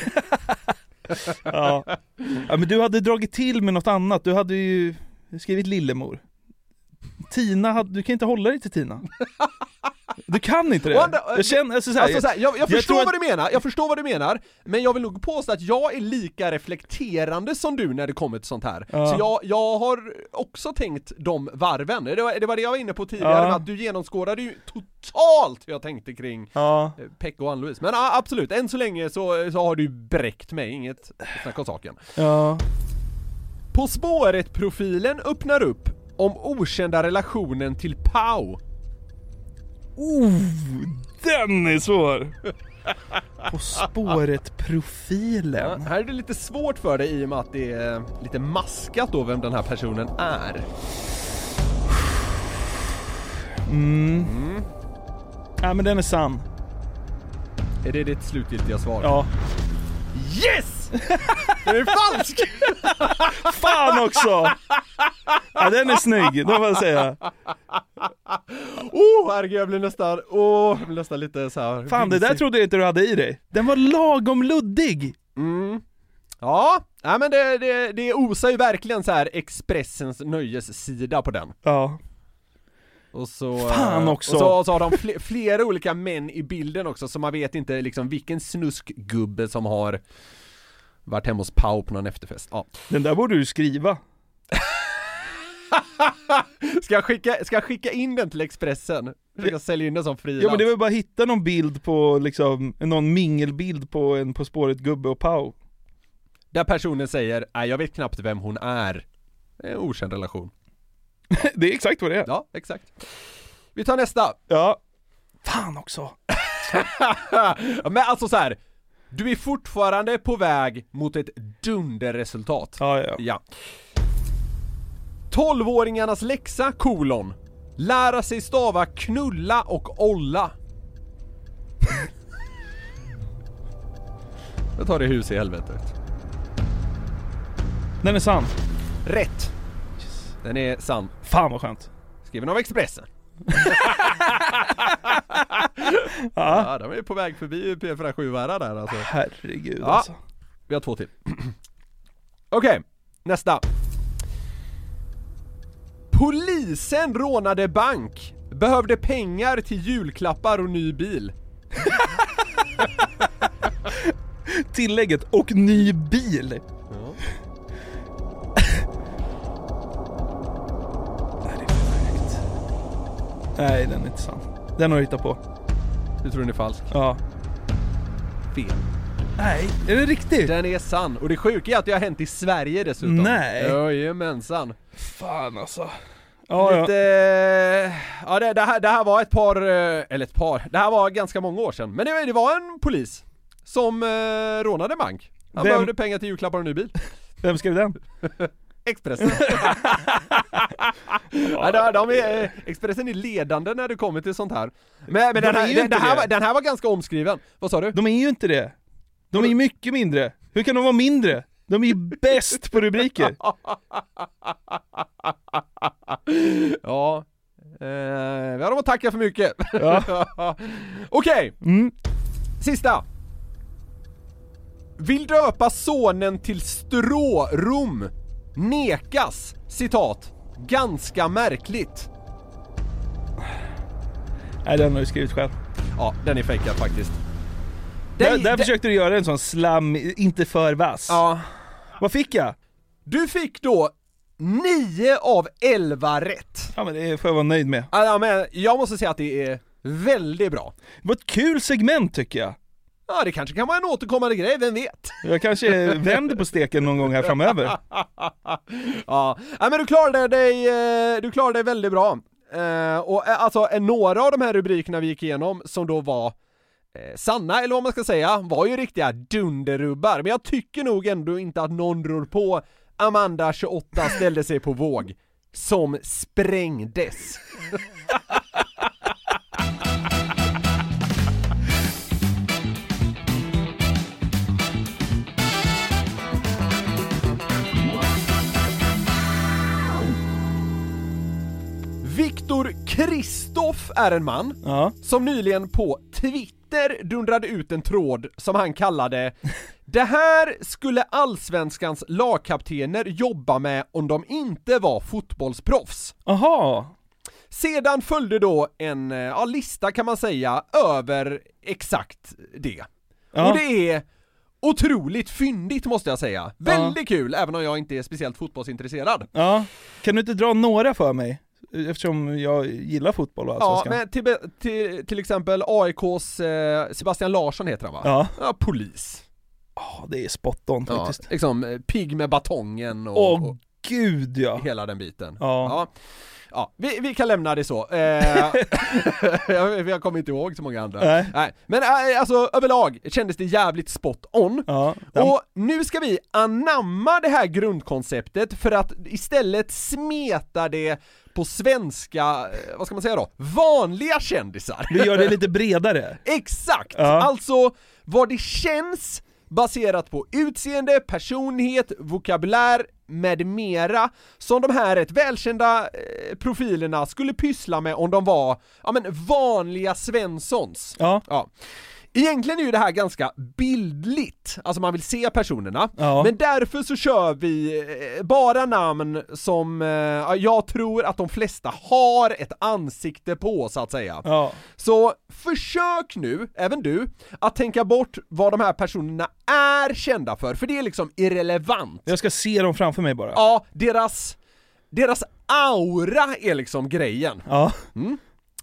Ja. Ja, men du hade dragit till med något annat. Du hade ju skrivit Lillemor. Tina, hade, du kan inte hålla dig till Tina. Du kan inte det. Andra, jag känner, alltså, så här, alltså, så här, jag, jag, jag förstår tror vad att... du menar, jag förstår vad du menar. Men jag vill nog påstå att jag är lika reflekterande som du när det kommer till sånt här. Ja. Så jag, jag har också tänkt de varven. Det var det, var det jag var inne på tidigare, Ja. med att du genomskådade ju totalt hur jag tänkte kring ja. Pekka och Ann-Louise. Men ja, absolut, än så länge så, så har du bräckt mig, inget snack om saken. Ja. På spåret-profilen öppnar upp om okända relationen till Pau. Oh, den är svår. På spåret-profilen. Ja, här är det lite svårt för dig i och med att det är lite maskat då vem den här personen är. Mm. mm. Ja, men den är sann. Är det ditt slutgiltiga svar? Ja. Yes! Det är falsk! Fan också! Ja, den är snygg, det får jag säga. Oh, herregud, jag blir nästan, oh, jag blir nästan lite så här. Fan, det där trodde jag inte du hade i dig. Den var lagom luddig. Mm. Ja, ja, men det, det, det osar ju verkligen så här Expressens nöjessida på den. Ja. Och så, Fan också. Och så, och så har de fl- flera olika män i bilden också, så man vet inte liksom vilken snuskgubbe som har varit hemma hos Pau på någon efterfest. Ja. Den där borde du skriva. ska, jag skicka, ska jag skicka in den till Expressen? Försöka sälja in den som frilans. Ja, men det är väl bara hitta någon bild på liksom, någon mingelbild på en På spåret gubbe och Pau. Där personen säger, nej jag vet knappt vem hon är. Det är en okänd relation. Det är exakt vad det är. Ja, exakt. Vi tar nästa. Ja. Fan också. Men alltså så här, du är fortfarande på väg mot ett dunderresultat. Ja, ja. Ja. tolvåringarnas läxa, kolon. Lära sig stava knulla och olla. Jag tar det hus i helvetet. Den är sann. Rätt. Den är sann. Fan vad skönt. Skriven av Expressen. Ja. Ja, de är på väg förbi P fyra sju-värda där alltså. Herregud ja. alltså. Vi har två till. Okej, okay, nästa. Polisen rånade bank. Behövde pengar till julklappar och ny bil. Tillägget och ny bil. Ja. Nej, den är inte sann. Den har jag hittat på. Du tror den är falsk? Ja. Fel. Nej, är det riktigt? Den är sann. Och det sjuka är att det har hänt i Sverige dessutom. Nej. Jajamensan. Fan alltså. Ja, Lite, ja. ja det, det, här, det här var ett par, eller ett par, det här var ganska många år sedan. Men det, det var en polis som eh, rånade bank. Han Vem? behövde pengar till julklappar och ny bil. Vem skrev den? Expressen. Ja, de, de är, Expressen är ledande när det kommer till sånt här. Men, men De den, är här, ju den, inte den, här, det. var- den här var ganska omskriven. Vad sa du? De är ju inte det. De är ju mycket mindre. Hur kan de vara mindre? De är ju bäst på rubriker. Ja. Eh, vi har dem att tacka för mycket. Ja. Okej. Mm. Sista. Vill döpa sonen till strårum. Nekas. Citat. Ganska märkligt. Nej, den har du skrivit själv. Ja, den är fejkad faktiskt. Där, Den- där den- försökte du göra en sån slam, inte för vass. Ja. Vad fick jag? Du fick då nio av elva rätt. Ja, men det får jag vara nöjd med. Ja, men jag måste säga att det är väldigt bra. Det var ett kul segment tycker jag. Ja, det kanske kan vara en återkommande grej, vem vet? Jag kanske vänder på steken någon gång här framöver. Ja, ja, men du klarade dig, eh, du klarade dig väldigt bra. Eh, och eh, alltså eh, några av de här rubrikerna vi gick igenom som då var eh, sanna, eller vad man ska säga, var ju riktiga dunderrubbar. Men jag tycker nog ändå inte att någon rör på. Amanda tjugoåtta ställde sig på våg som sprängdes. Viktor Kristoff Hoff är en man ja. som nyligen på Twitter dundrade ut en tråd som han kallade "Det här skulle allsvenskans lagkaptener jobba med om de inte var fotbollsproffs." Aha. Sedan följde då en ja, lista kan man säga över exakt det. Ja. Och det är otroligt fyndigt måste jag säga. Ja. Väldigt kul, även om jag inte är speciellt fotbollsintresserad. Ja, kan du inte dra några för mig? Eftersom jag gillar fotboll och ja, men till, till, till exempel A I K:s eh, Sebastian Larsson heter han va? Ja. Ja, polis. Ja, oh, det är spot on faktiskt. Ja, liksom pigg med batongen och, Åh oh, gud ja. Hela den biten. Ja. Ja. Ja, vi, vi kan lämna det så. Eh, jag, jag kommer inte ihåg så många andra. Nej. Nej. Men äh, alltså överlag kändes det jävligt spot on. Ja, och nu ska vi anamma det här grundkonceptet för att istället smeta det på svenska, vad ska man säga då? Vanliga kändisar. Vi gör det lite bredare. Exakt! Ja. Alltså, vad det känns baserat på utseende, personlighet, vokabulär med mera som de här rätt välkända eh, profilerna skulle pyssla med om de var ja, men vanliga Svenssons. Ja. Ja. Egentligen är ju det här ganska bildligt, alltså man vill se personerna, ja. Men därför så kör vi eh, bara namn som eh, jag tror att de flesta har ett ansikte på så att säga. Ja. Så försök nu, även du, att tänka bort vad de här personerna är kända för, för det är liksom irrelevant. Jag ska se dem framför mig bara. Ja, deras, deras aura är liksom grejen. Ja. Mm.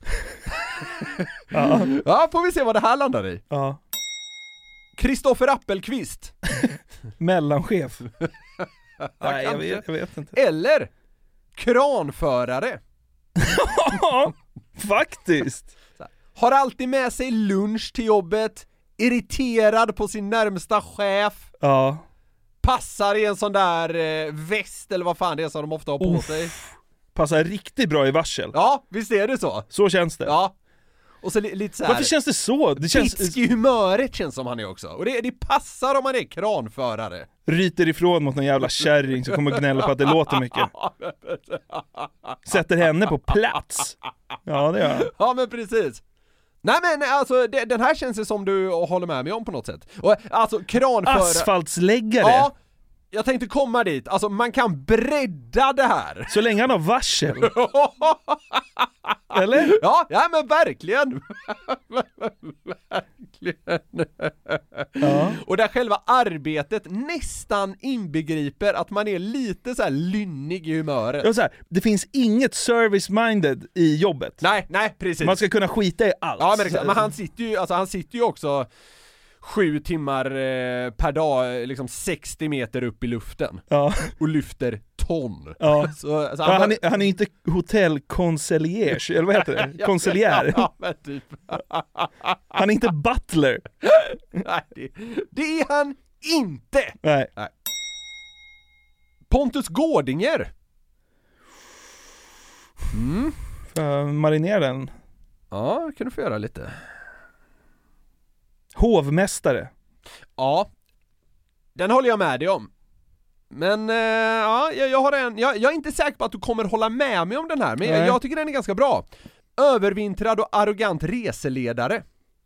Ja. Ja, får vi se vad det här landar i. Ja. Kristoffer Appelqvist. Mellanchef. Nej, jag vet, jag vet inte. Eller kranförare. Ja, faktiskt. Har alltid med sig lunch till jobbet. Irriterad på sin närmsta chef. Ja. Passar i en sån där eh, väst eller vad fan det är som de ofta har på Uff. sig. Passar riktigt bra i varsel. Ja, visst är det så. Så känns det. Ja. Och så li- lite så här. Varför känns det så? Det känns bitsk i humöret känns som han är också. Och det, det passar om man är kranförare. Ryter ifrån mot någon jävla kärring som kommer gnälla på att det låter mycket. Sätter henne på plats. Ja, det gör han. Ja, men precis. Nej men alltså det, den här känns det som du håller med mig om på något sätt. Och alltså kranförare. Asfaltsläggare. Ja. Jag tänkte komma dit, alltså man kan bredda det här. Så länge han har varsel. Eller? Ja, ja men verkligen. Verkligen. Ja. Och där själva arbetet nästan inbegriper att man är lite så här lynnig i humöret. Ja, så här, det finns inget service-minded i jobbet. Nej, nej, precis. Man ska kunna skita i allt. Ja, men, men han sitter ju, alltså han sitter ju också sju timmar eh, per dag, liksom sextio meter upp i luften. Ja. Och lyfter ton. Ja. Så, alltså, han, han, han, är, han är inte hotellkonsiljers, eller vad heter det? Konsiljär. Ja, men typ. Han är inte butler. Nej, det, det är han inte. Nej. Nej. Pontus Gårdinger. Mm. Får jag marinera den? Ja, kan du få göra lite. Hovmästare. Ja, den håller jag med dig om. Men eh, ja, jag, jag har en. Jag, jag är inte säker på att du kommer hålla med mig om den här, men jag, jag tycker den är ganska bra. Övervintrad och arrogant reseledare.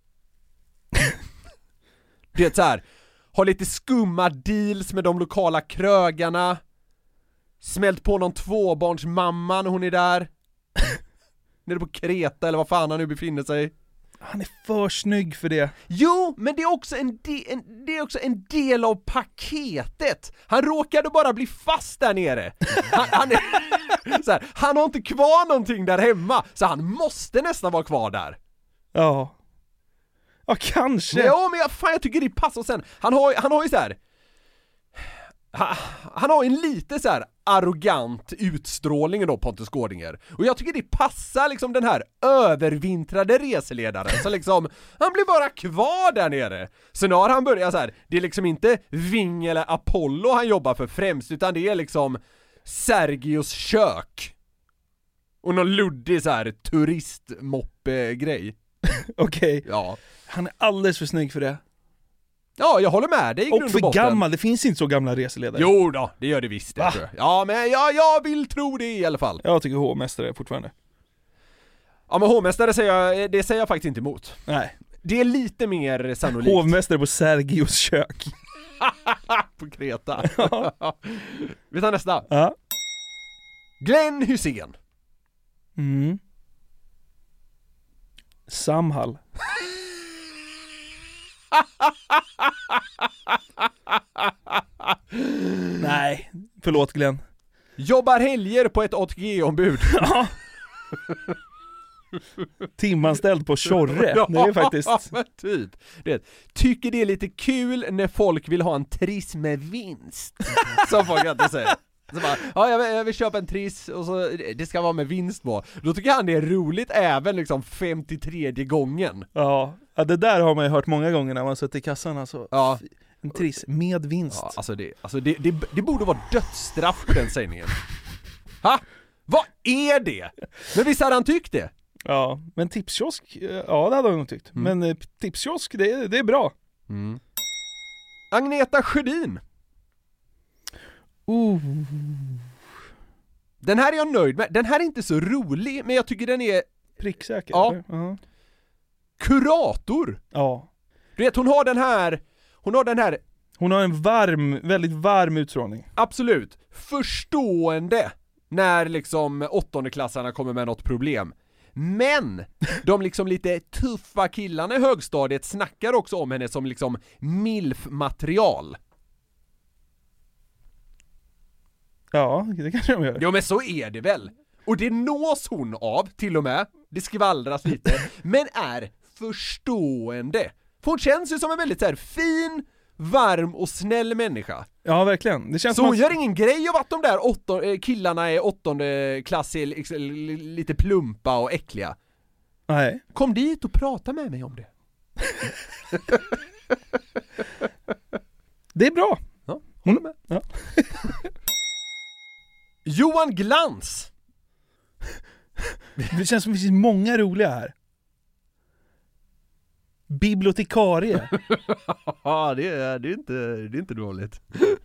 Du vet så här, har lite skumma deals med de lokala krögarna. Smält på någon tvåbarnsmamma när hon är där. Nere på Kreta eller vad fan han nu befinner sig. Han är för snygg för det. Jo, men det är också en, de- en, det är också en del av paketet. Han råkade bara bli fast där nere. Han, han, är, så här, han har inte kvar någonting där hemma, så han måste nästan vara kvar där. Ja. Ja, kanske. Men, ja, men jag, fan, jag tycker det passar. Och sen, han har, han har ju så här. Han, han har en lite så här arrogant utstrålning då, Pontus Gårdinger. Och jag tycker det passar liksom den här övervintrade reseledaren. Så liksom, han blir bara kvar där nere. Så nu har han börjat så här, det är liksom inte Ving eller Apollo han jobbar för främst, utan det är liksom Sergios kök. Och någon luddig så här turistmoppe-grej. Okej. Okay. Ja. Han är alldeles för snygg för det. Ja, jag håller med dig i grund och och för botten. gammal, det finns inte så gamla reseledare. Jo då, det gör det visst. Det, tror jag. Ja, men jag, jag vill tro det i alla fall. Jag tycker hovmästare fortfarande. Ja, men hovmästare säger jag, det säger jag faktiskt inte emot. Nej. Det är lite mer sannolikt. Hovmästare på Sergios kök. På Kreta. Ja. Vi tar nästa. Ja. Glenn Hysén. Mm. Samhall. Nej, förlåt Glenn. Jobbar helger på ett A T G-ombud. Ja. Timanställd på Tjorre. Ja, det är faktiskt... men typ. Det, tycker det är lite kul när folk vill ha en triss med vinst. Som folk alltid säger. Så bara, ja, jag vill, jag vill köpa en triss och så det ska vara med vinst på. Då tycker han det är roligt även liksom femtiotredje gången. Ja, ja det där har man ju hört många gånger när man suttit i kassan. Alltså. Ja. En triss med vinst. Ja, alltså det, alltså det, det, det borde vara dödsstraff på den sägningen. Ha? Vad är det? Men visst hade han tyckt det? Ja, men tipskiosk, ja det hade han nog tyckt. Mm. Men eh, tipskiosk, det, det är bra. Mm. Agneta Sjödin. Uh. Den här är jag nöjd med. Den här är inte så rolig, men jag tycker den är... Pricksäker? Ja. Uh-huh. Kurator. Ja. Du vet, hon har den här... Hon har den här... Hon har en varm, väldigt varm utstrålning. Absolut. Förstående när liksom åttondeklassarna kommer med något problem. Men de liksom lite tuffa killarna i högstadiet snackar också om henne som liksom milf-material. Ja, det kanske de gör. Ja, men så är det väl. Och det nås hon av, till och med. Det skvallras lite. Men är förstående. För hon känns ju som en väldigt så här fin, varm och snäll människa. Ja, verkligen. Det känns så hon att... gör ingen grej av att de där åtton, killarna är åttonde klass är lite plumpa och äckliga. Nej. Kom dit och prata med mig om det. Det är bra. Ja, håller med. Ja. Johan Glans. Det känns som att det finns många roliga här. Bibliotekarie. Ja, det är, det är inte det är inte dåligt.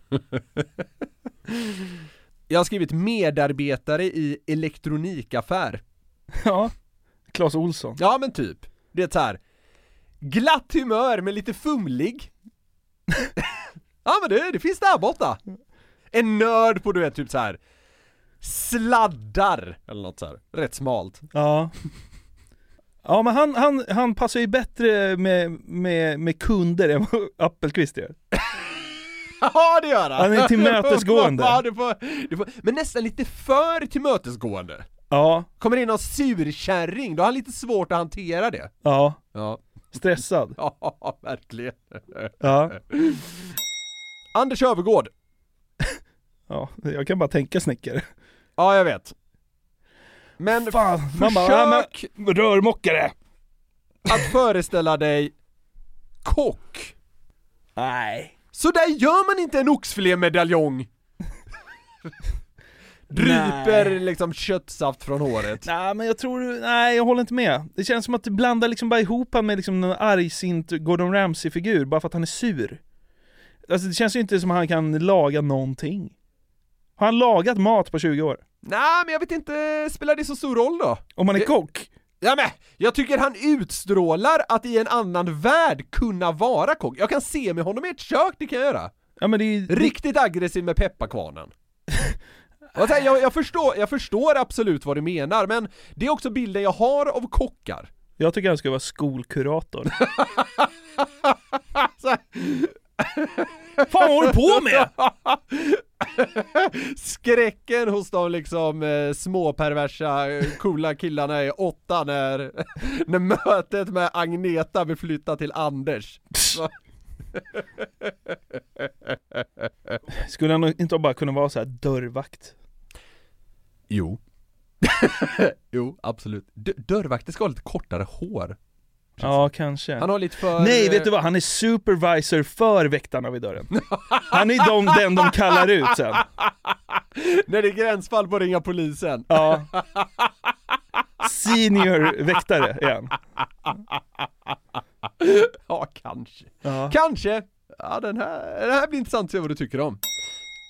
Jag har skrivit medarbetare i elektronikaffär. Ja, Claes Olsson. Ja, men typ. Det är så här. Glatt humör men lite fumlig. Ja, men det, det finns där borta. En nörd på, du vet, typ så här sladdar eller något så här. Rätt smalt. Ja. Ja, men han, han, han passar ju bättre med, med, med kunder än vad Appelqvist gör. Ja, det gör han. Han är tillmötesgående. Ja, du får, du får, men nästan lite för tillmötesgående. Ja. Kommer in någon surkärring, då har han lite svårt att hantera det. Ja. Ja. Stressad. Ja, verkligen. Ja. Anders Övergård. Ja, jag kan bara tänka snickare. Ja, jag vet. Men fan, försök mamma, men, rörmockare att föreställa dig kock. Nej. Så där gör man inte en oxfilémedaljong. Dryper nej. Liksom köttsaft från håret. Nej, men jag tror, nej jag håller inte med. Det känns som att du blandar liksom bara ihop han med liksom en argsint Gordon Ramsay-figur bara för att han är sur. Alltså det känns ju inte som att han kan laga någonting. Har han lagat mat på tjugo år? Nej, men jag vet inte, spelar det så stor roll då? Om man är jag, kock? Ja, men jag tycker han utstrålar att i en annan värld kunna vara kock. Jag kan se med honom i ett kök, det kan jag göra. Ja, men det är... Riktigt aggressiv med pepparkvarnen. jag, jag, jag, förstår, jag förstår absolut vad du menar, men det är också bilden jag har av kockar. Jag tycker han ska vara skolkurator. Fan, vad håller du på med? Skräcken hos de liksom eh, små perversa coola killarna är åtta när, när mötet med Agneta vill flytta till Anders. Skulle han inte bara kunna vara så här dörrvakt? Jo. Jo, absolut. D- dörrvakter ska ha lite kortare hår. Ja, kanske. Han har lite för... Nej, vet du vad? Han är supervisor för väktarna vid dörren. Han är de, den de kallar ut sen. När det är gränsfall på ringa polisen. Ja. Senior väktare igen. Ja, kanske. Ja. Kanske. Ja, den här, den här blir intressant att se vad du tycker om.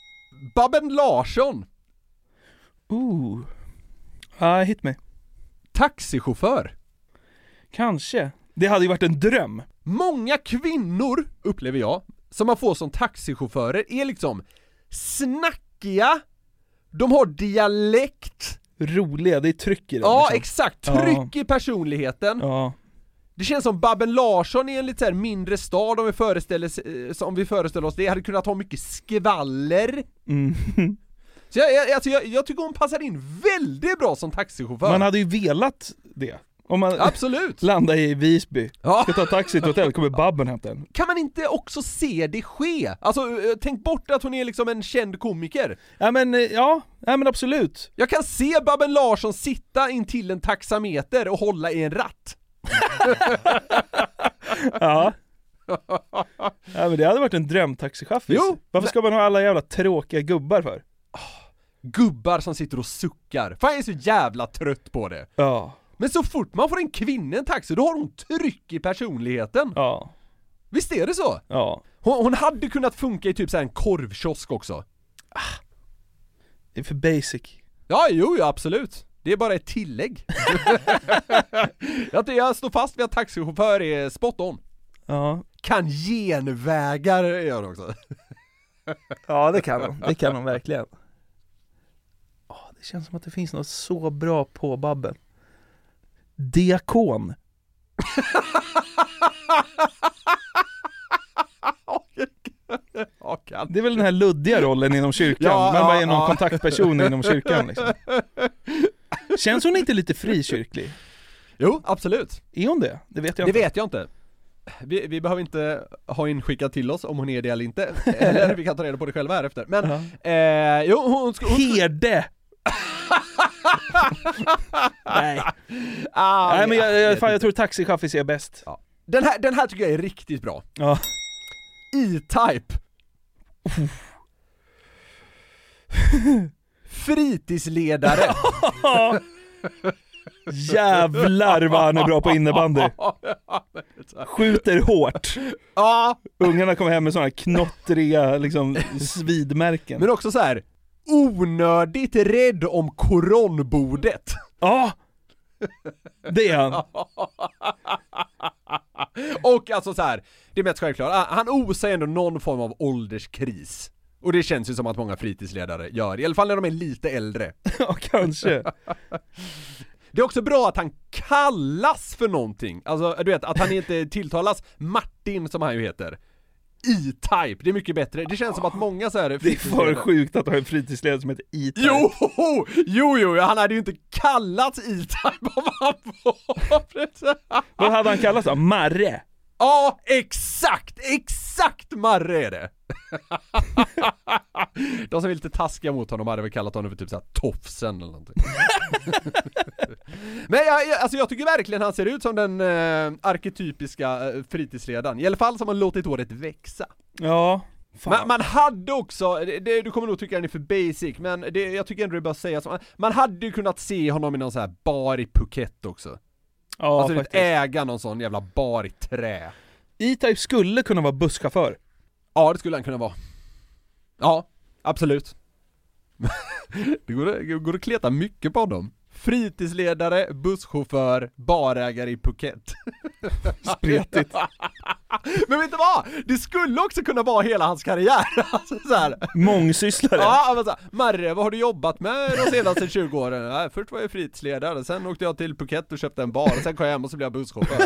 Babben Larsson. Ooh. Ja, uh, hit me. Taxichaufför. Kanske. Det hade ju varit en dröm. Många kvinnor, upplever jag, som man får som taxichaufförer är liksom snackiga, de har dialekt. Roliga, det är tryck i dem. Ja, liksom. exakt. Tryck ja. i personligheten. Ja. Det känns som Babben Larsson i en lite så här mindre stad, om vi föreställer, om vi föreställer oss det, hade kunnat ha mycket skvaller. Mm. Så jag, jag, alltså jag, jag tycker hon passar in väldigt bra som taxichaufför. Man hade ju velat det. Om man Absolut. landar i Visby, ja. ska ta taxi till hotell, kommer Babben hämta en. Kan man inte också se det ske? Alltså, tänk bort att hon är liksom en känd komiker. Ja men, ja, ja men absolut. Jag kan se Babben Larsson sitta in till en taxameter och hålla i en ratt. Ja. Ja men det hade varit en drömtaxichaffis. Jo. Varför ska man ha alla jävla tråkiga gubbar för? Gubbar som sitter och suckar. Fan, jag är så jävla trött på det. Ja. Men så fort man får en kvinna en taxi, då har hon tryck i personligheten. Ja. Visst är det så? Ja. Hon, hon hade kunnat funka i typ så här en korvkiosk också. Ah. Det är för basic. Ja, jo, ja, absolut. Det är bara ett tillägg. jag, jag står fast vid att taxichaufför är spot on. Ja. Kan genvägar göra också. Ja, det kan de. Det kan de verkligen. Oh, det känns som att det finns något så bra på Babben. Diakon. Det är väl den här luddiga rollen inom kyrkan. Ja, Man bara ja, är någon ja. kontaktperson inom kyrkan liksom. Känns hon inte lite frikyrklig? Jo, absolut. Är hon det? Det vet jag det inte. Det vet jag inte. Vi, vi behöver inte ha inskickat till oss om hon är det eller inte. Eller vi kan ta reda på det själva här efter. Men, uh-huh. eh, jo, hon ska... Hon ska... Herde! Nej. Ah, Nej men jag, jag, fan, jag tror taxichaffis är bäst. Ja. Den, här, den här tycker jag är riktigt bra. Ja. E-Type. Fritidsledare. Jävlar vad han är bra på innebandy. Skjuter hårt. Ja. Ungarna kommer hem med sådana knottriga liksom, svidmärken. Men också så här onödigt rädd om koronbordet. Ja. Det är han. Och alltså så här, det är mest självklart. Han osar ändå någon form av ålderskris. Och det känns ju som att många fritidsledare gör. I alla fall när de är lite äldre. Ja, kanske. Det är också bra att han kallas för någonting. Alltså, du vet, att han inte tilltalas Martin, som han ju heter. E-Type, det är mycket bättre. Det känns som att många så här... Det är för sjukt att ha en fritidsledare som heter E-Type. Jo, jo, jo, han hade ju inte kallats E-Type om han var... Vad hade han kallats då? Marre? Ja, exakt, exakt Marre är det. De som är lite taskiga mot honom hade väl kallat honom för typ såhär Tofsen eller någonting. Men jag, jag, alltså jag tycker verkligen han ser ut som den eh, arketypiska eh, fritidsledaren. I alla fall som har låtit året växa. Ja. Man, man hade också, det, det, du kommer nog tycka den är för basic, men det, jag tycker ändå det bör sägas, man, man hade ju kunnat se honom i någon så här bar i Phuket också. Ja, alltså faktiskt. Äga någon sån jävla bar i trä. E-Type skulle kunna vara busschaufför. Ja, det skulle han kunna vara. Ja, absolut. Det går, det går att kleta mycket på honom. Fritidsledare, busschaufför, barägare i Phuket. Spretigt. Men vet du vad? Det skulle också kunna vara hela hans karriär. Alltså, så här. Mångsysslare. Ja, men så här, Marre, vad har du jobbat med de senaste tjugo åren? Nej, först var jag fritidsledare, sen åkte jag till Phuket och köpte en bar, och sen kom jag hem och så blev jag busschaufför.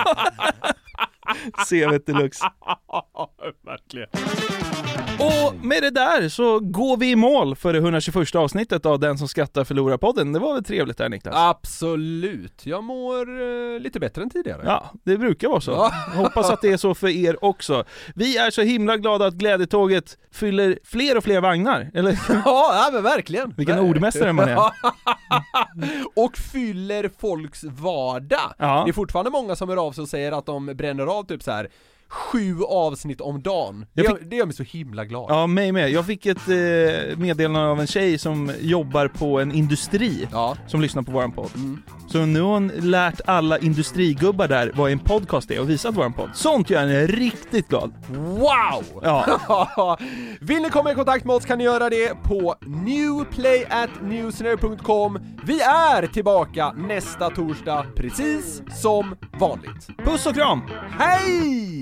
C V deluxe. Verkligen. Och med det där så går vi i mål för det hundratjugoförsta avsnittet av Den som skrattar förlorar podden. Det var väl trevligt där, Niklas? Absolut. Jag mår uh, lite bättre än tidigare. Ja, det brukar vara så. Ja. Hoppas att det är så för er också. Vi är så himla glada att Glädjetåget fyller fler och fler vagnar. Eller? Ja, ja, men verkligen. Vilken ordmästare man är. Och fyller folks vardag. Ja. Det är fortfarande många som hör av sig och säger att de bränner av typ så här sju avsnitt om dagen. Det, fick... gör, det gör mig så himla glad. Ja, mig med. Jag fick ett eh, meddelande av en tjej som jobbar på en industri, ja, som lyssnar på våran podd. Mm. Så nu har hon lärt alla industrigubbar där vad en podcast är och visat våran podd. Sånt gör henne riktigt glad. Wow! Ja. Vill ni komma i kontakt med oss kan ni göra det på newplay at newsner punkt com. Vi är tillbaka nästa torsdag, precis som vanligt. Puss och kram! Hej!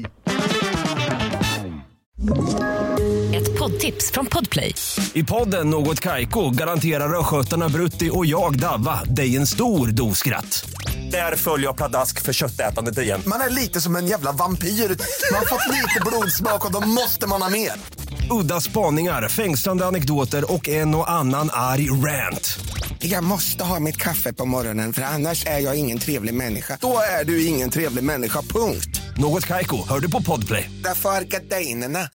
Ett poddtips från Podplay. I podden Något Kaiko garanterar röskötarna Brutti och jag Davva dig en stor dos skratt. Där följer jag pladask för köttätandet igen. Man är lite som en jävla vampyr. Man har fått lite blodsmak och då måste man ha mer. Udda spaningar, fängslande anekdoter och en och annan arg rant. Jag måste ha mitt kaffe på morgonen för annars är jag ingen trevlig människa. Då är du ingen trevlig människa, punkt. Något Kaiko, hör du på Podplay. Därför är gardinerna.